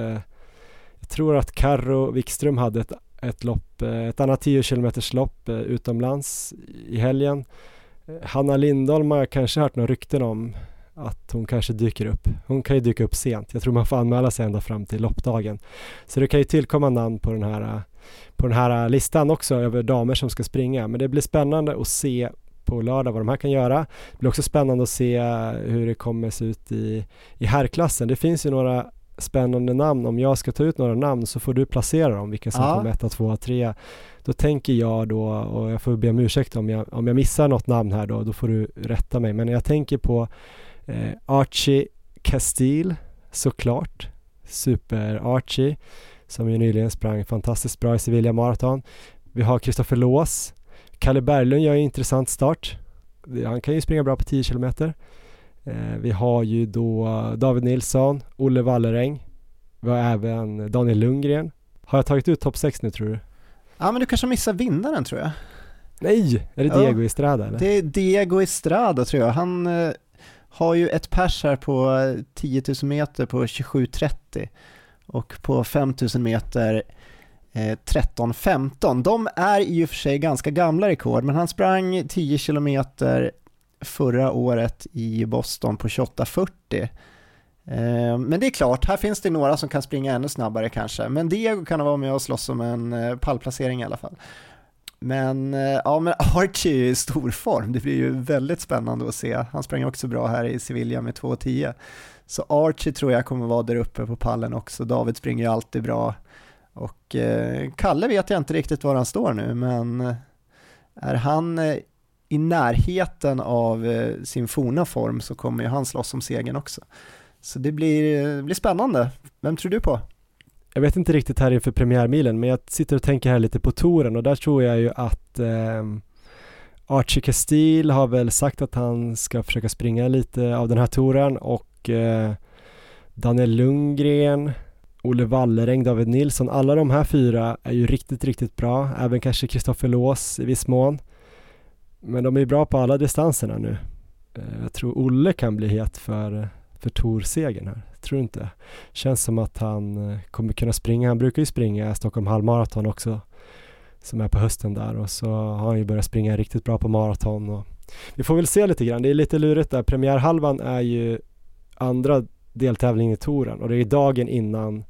Speaker 2: jag tror att Karo Wikström hade ett, ett lopp, ett annat tio kilometers lopp eh, utomlands i helgen. Eh, Hanna Lindholm har jag kanske hört några rykten om att hon kanske dyker upp. Hon kan ju dyka upp sent. Jag tror man får anmäla sig ända fram till loppdagen. Så det kan ju tillkomma namn på den här, på den här listan också över damer som ska springa. Men det blir spännande att se på lördag vad de här kan göra. Det blir också spännande att se hur det kommer se ut i, i herrklassen. Det finns ju några spännande namn. Om jag ska ta ut några namn så får du placera dem, vilka som ja. kommer ett, två, tre. Då tänker jag då, och jag får be om ursäkt om jag, om jag missar något namn här då, då får du rätta mig. Men jag tänker på eh, Archie Castile, såklart. Super Archie, som ju nyligen sprang fantastiskt bra i Sevilla Marathon. Vi har Kristoffer Lås. Kalle Berglund gör en intressant start. Han kan ju springa bra på tio kilometer. Eh, vi har ju då David Nilsson, Olle Walleräng. Vi har även Daniel Lundgren. Har jag tagit ut topp sex nu, tror du?
Speaker 3: Ja, men du kanske missar vinnaren, tror jag.
Speaker 2: Nej, är det Diego ja, Estrada? Eller?
Speaker 3: Det är Diego Estrada, tror jag. Han eh, har ju ett pers här på tio tusen meter på tjugosju trettio och på fem tusen meter Eh, tretton femton. De är i och för sig ganska gamla rekord, men han sprang tio kilometer förra året i Boston på tjugoåtta fyrtio. Eh, men det är klart, här finns det några som kan springa ännu snabbare kanske. Men Diego kan vara med och slåss om en eh, pallplacering i alla fall. Men, eh, ja, men Archie är i stor form. Det blir ju väldigt spännande att se. Han sprang också bra här i Sevilla med två tio. Så Archie tror jag kommer vara där uppe på pallen också. David springer ju alltid bra. Och eh, Kalle vet jag inte riktigt var han står nu, men är han eh, i närheten av eh, sin forna form så kommer ju han slåss om segern också. Så det blir, eh, blir spännande. Vem tror du på?
Speaker 2: Jag vet inte riktigt här inför premiärmilen, men jag sitter och tänker här lite på touren och där tror jag ju att eh, Archie Castile har väl sagt att han ska försöka springa lite av den här touren och eh, Daniel Lundgren, Olle Walleräng, David Nilsson, alla de här fyra är ju riktigt, riktigt bra. Även kanske Kristoffer Lås i viss mån. Men de är ju bra på alla distanserna nu. Jag tror Olle kan bli het för, för Tour-segern här. Jag tror inte. Känns som att han kommer kunna springa. Han brukar ju springa Stockholm halvmaraton också, som är på hösten där. Och så har han ju börjat springa riktigt bra på maraton. Och vi får väl se lite grann. Det är lite lurigt där. Premiärhalvan är ju andra deltävlingen i touren och det är dagen innan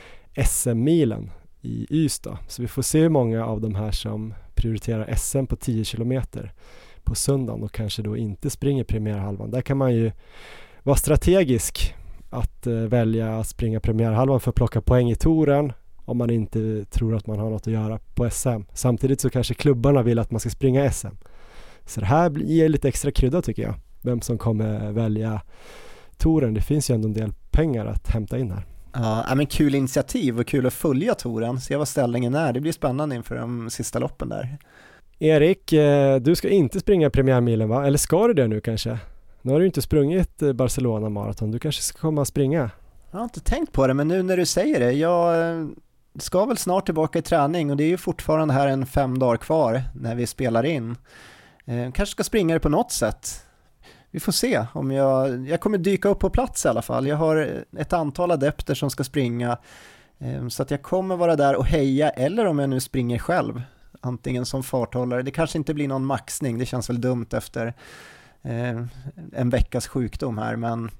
Speaker 2: S M-milen i Ystad. Så vi får se hur många av de här som prioriterar S M på tio kilometer på söndagen och kanske då inte springer premiärhalvan. Där kan man ju vara strategisk att uh, välja att springa premiärhalvan för att plocka poäng i touren om man inte tror att man har något att göra på S M. Samtidigt så kanske klubbarna vill att man ska springa S M. Så det här ger lite extra krydda, tycker jag. Vem som kommer välja touren. Det finns ju ändå en del pengar att hämta in här.
Speaker 3: Ja, men kul initiativ och kul att följa touren. Se vad ställningen är. Det blir spännande inför de sista loppen där.
Speaker 2: Erik, du ska inte springa premiärmilen, va? Eller ska du det nu kanske? Nu har du inte sprungit Barcelona maraton. Du kanske ska komma och springa.
Speaker 3: Jag har inte tänkt på det, men nu när du säger det. Jag ska väl snart tillbaka i träning och det är ju fortfarande här en fem dagar kvar när vi spelar in. Kanske ska springa det på något sätt. vi får se om jag, jag kommer dyka upp på plats i alla fall. Jag har ett antal adepter som ska springa, så att jag kommer vara där och heja, eller om jag nu springer själv, antingen som farthållare. Det kanske inte blir någon maxning, det känns väl dumt efter eh, en veckas sjukdom här, men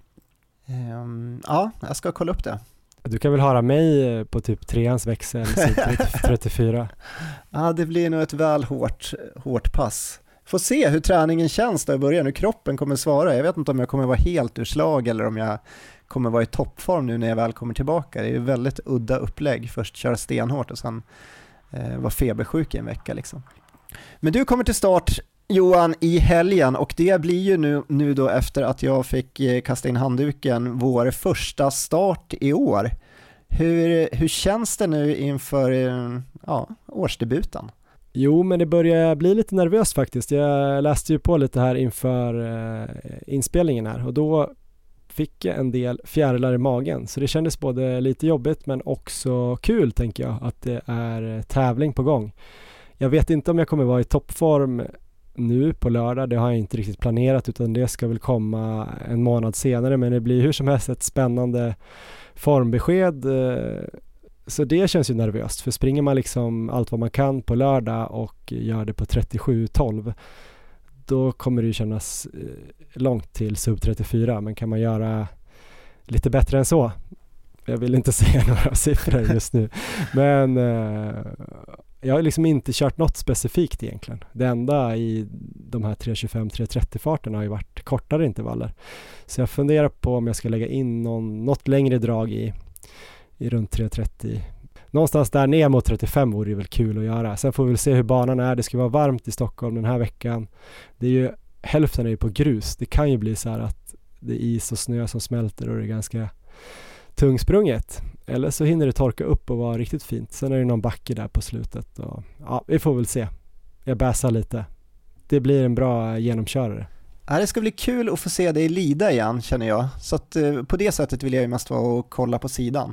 Speaker 3: eh, ja, jag ska kolla upp det.
Speaker 2: Du kan väl höra mig på typ treans växel, trettiofyra?
Speaker 3: Ja, det blir nog ett väl hårt, hårt pass. Får se hur träningen känns där i början, hur kroppen kommer svara. Jag vet inte om jag kommer vara helt ur slag eller om jag kommer vara i toppform nu när jag väl kommer tillbaka. Det är ju väldigt udda upplägg. Först köra stenhårt och sen eh, vara febersjuk i en vecka liksom. Men du kommer till start, Johan, i helgen, och det blir ju nu, nu då efter att jag fick eh, kasta in handduken vår första start i år. Hur, hur känns det nu inför eh, ja, årsdebuten?
Speaker 2: Jo, men det börjar bli lite nervöst faktiskt. Jag läste ju på lite här inför eh, inspelningen här, och då fick jag en del fjärilar i magen. Så det kändes både lite jobbigt men också kul, tänker jag, att det är tävling på gång. Jag vet inte om jag kommer vara i toppform nu på lördag. Det har jag inte riktigt planerat, utan det ska väl komma en månad senare. Men det blir hur som helst ett spännande formbesked. Så det känns ju nervöst. För springer man liksom allt vad man kan på lördag och gör det på trettiosju tolv, då kommer det ju kännas långt till sub trettiofyra. Men kan man göra lite bättre än så? Jag vill inte säga några siffror just nu. Men eh, jag har liksom inte kört något specifikt egentligen. Det enda i de här tre tjugofem tre trettio farterna har ju varit kortare intervaller. Så jag funderar på om jag ska lägga in någon, något längre drag i, i runt tre trettio. Någonstans där ner mot trettiofem vore det väl kul att göra. Sen får vi väl se hur banan är. Det ska vara varmt i Stockholm den här veckan. Det är ju, hälften är ju på grus. Det kan ju bli så här att det är is och snö som smälter och det är ganska tungsprunget. Eller så hinner det torka upp och vara riktigt fint. Sen är det någon backe där på slutet. Och, ja, vi får väl se. Jag bäsar lite. Det blir en bra genomkörare.
Speaker 3: Ja, det ska bli kul att få se dig lida igen, känner jag. Så att, eh, på det sättet vill jag ju mest vara och kolla på sidan.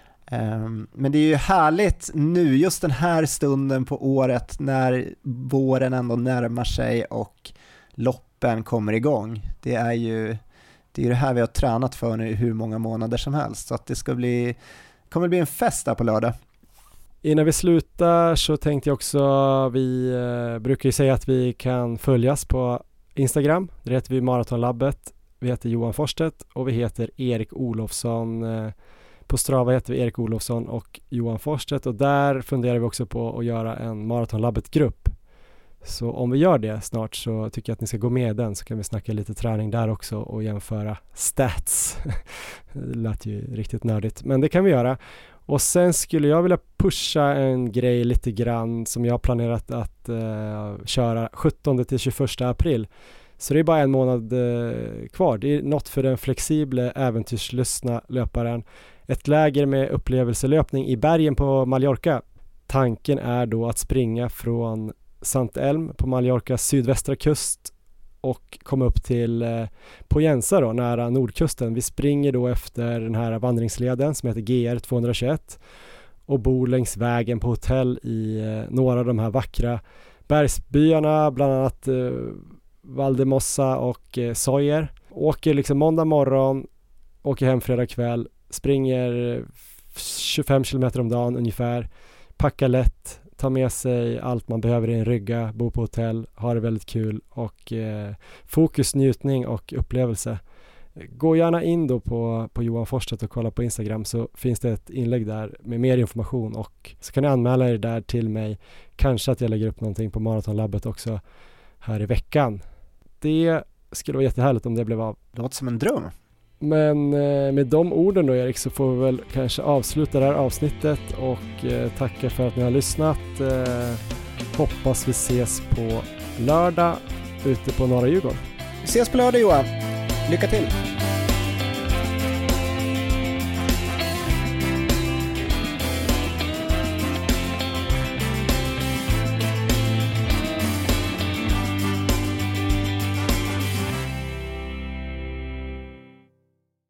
Speaker 3: Um, men det är ju härligt nu, just den här stunden på året när våren ändå närmar sig och loppen kommer igång. Det är ju det, är det här vi har tränat för nu hur många månader som helst. Så att det ska bli, kommer bli en fest där på lördag.
Speaker 2: Innan vi slutar så tänkte jag också, vi eh, brukar ju säga att vi kan följas på Instagram. Där heter vi Maratonlabbet. Vi heter Johan Forstedt och vi heter Erik Olofsson. Eh, På Strava heter vi Erik Olofsson och Johan Forstedt, och där funderar vi också på att göra en Maratonlabbet-grupp. Så om vi gör det snart så tycker jag att ni ska gå med i den, så kan vi snacka lite träning där också och jämföra stats. Det lät ju riktigt nördigt, men det kan vi göra. Och sen skulle jag vilja pusha en grej lite grann som jag har planerat att uh, köra sjuttonde till tjugoförsta april. Så det är bara en månad uh, kvar. Det är något för den flexibla, äventyrslystna löparen. Ett läger med upplevelselöpning i bergen på Mallorca. Tanken är då att springa från Sant Elm på Mallorcas sydvästra kust och komma upp till eh, Poyensa då, nära nordkusten. Vi springer då efter den här vandringsleden som heter G R tvåhundratjugoett och bor längs vägen på hotell i eh, några av de här vackra bergsbyarna, bland annat eh, Valdemossa och eh, Sojer. Åker liksom måndag morgon, åker hem fredag kväll, springer tjugofem kilometer om dagen ungefär, packar lätt, tar med sig allt man behöver i en rygga, bor på hotell, har det väldigt kul och eh, fokus, njutning och upplevelse. Gå gärna in då på, på Johan Forstedt och kolla på Instagram, så finns det ett inlägg där med mer information, och så kan ni anmäla er där till mig. Kanske att jag lägger upp någonting på Maratonlabbet också här i veckan. Det skulle vara jättehärligt om det blev av.
Speaker 3: Det låter som en dröm.
Speaker 2: Men eh, med de orden då, Erik, så får vi väl kanske avsluta det här avsnittet och eh, tacka för att ni har lyssnat. Eh, hoppas vi ses på lördag ute på Norra Djurgården.
Speaker 3: Vi ses på lördag, Johan. Lycka till!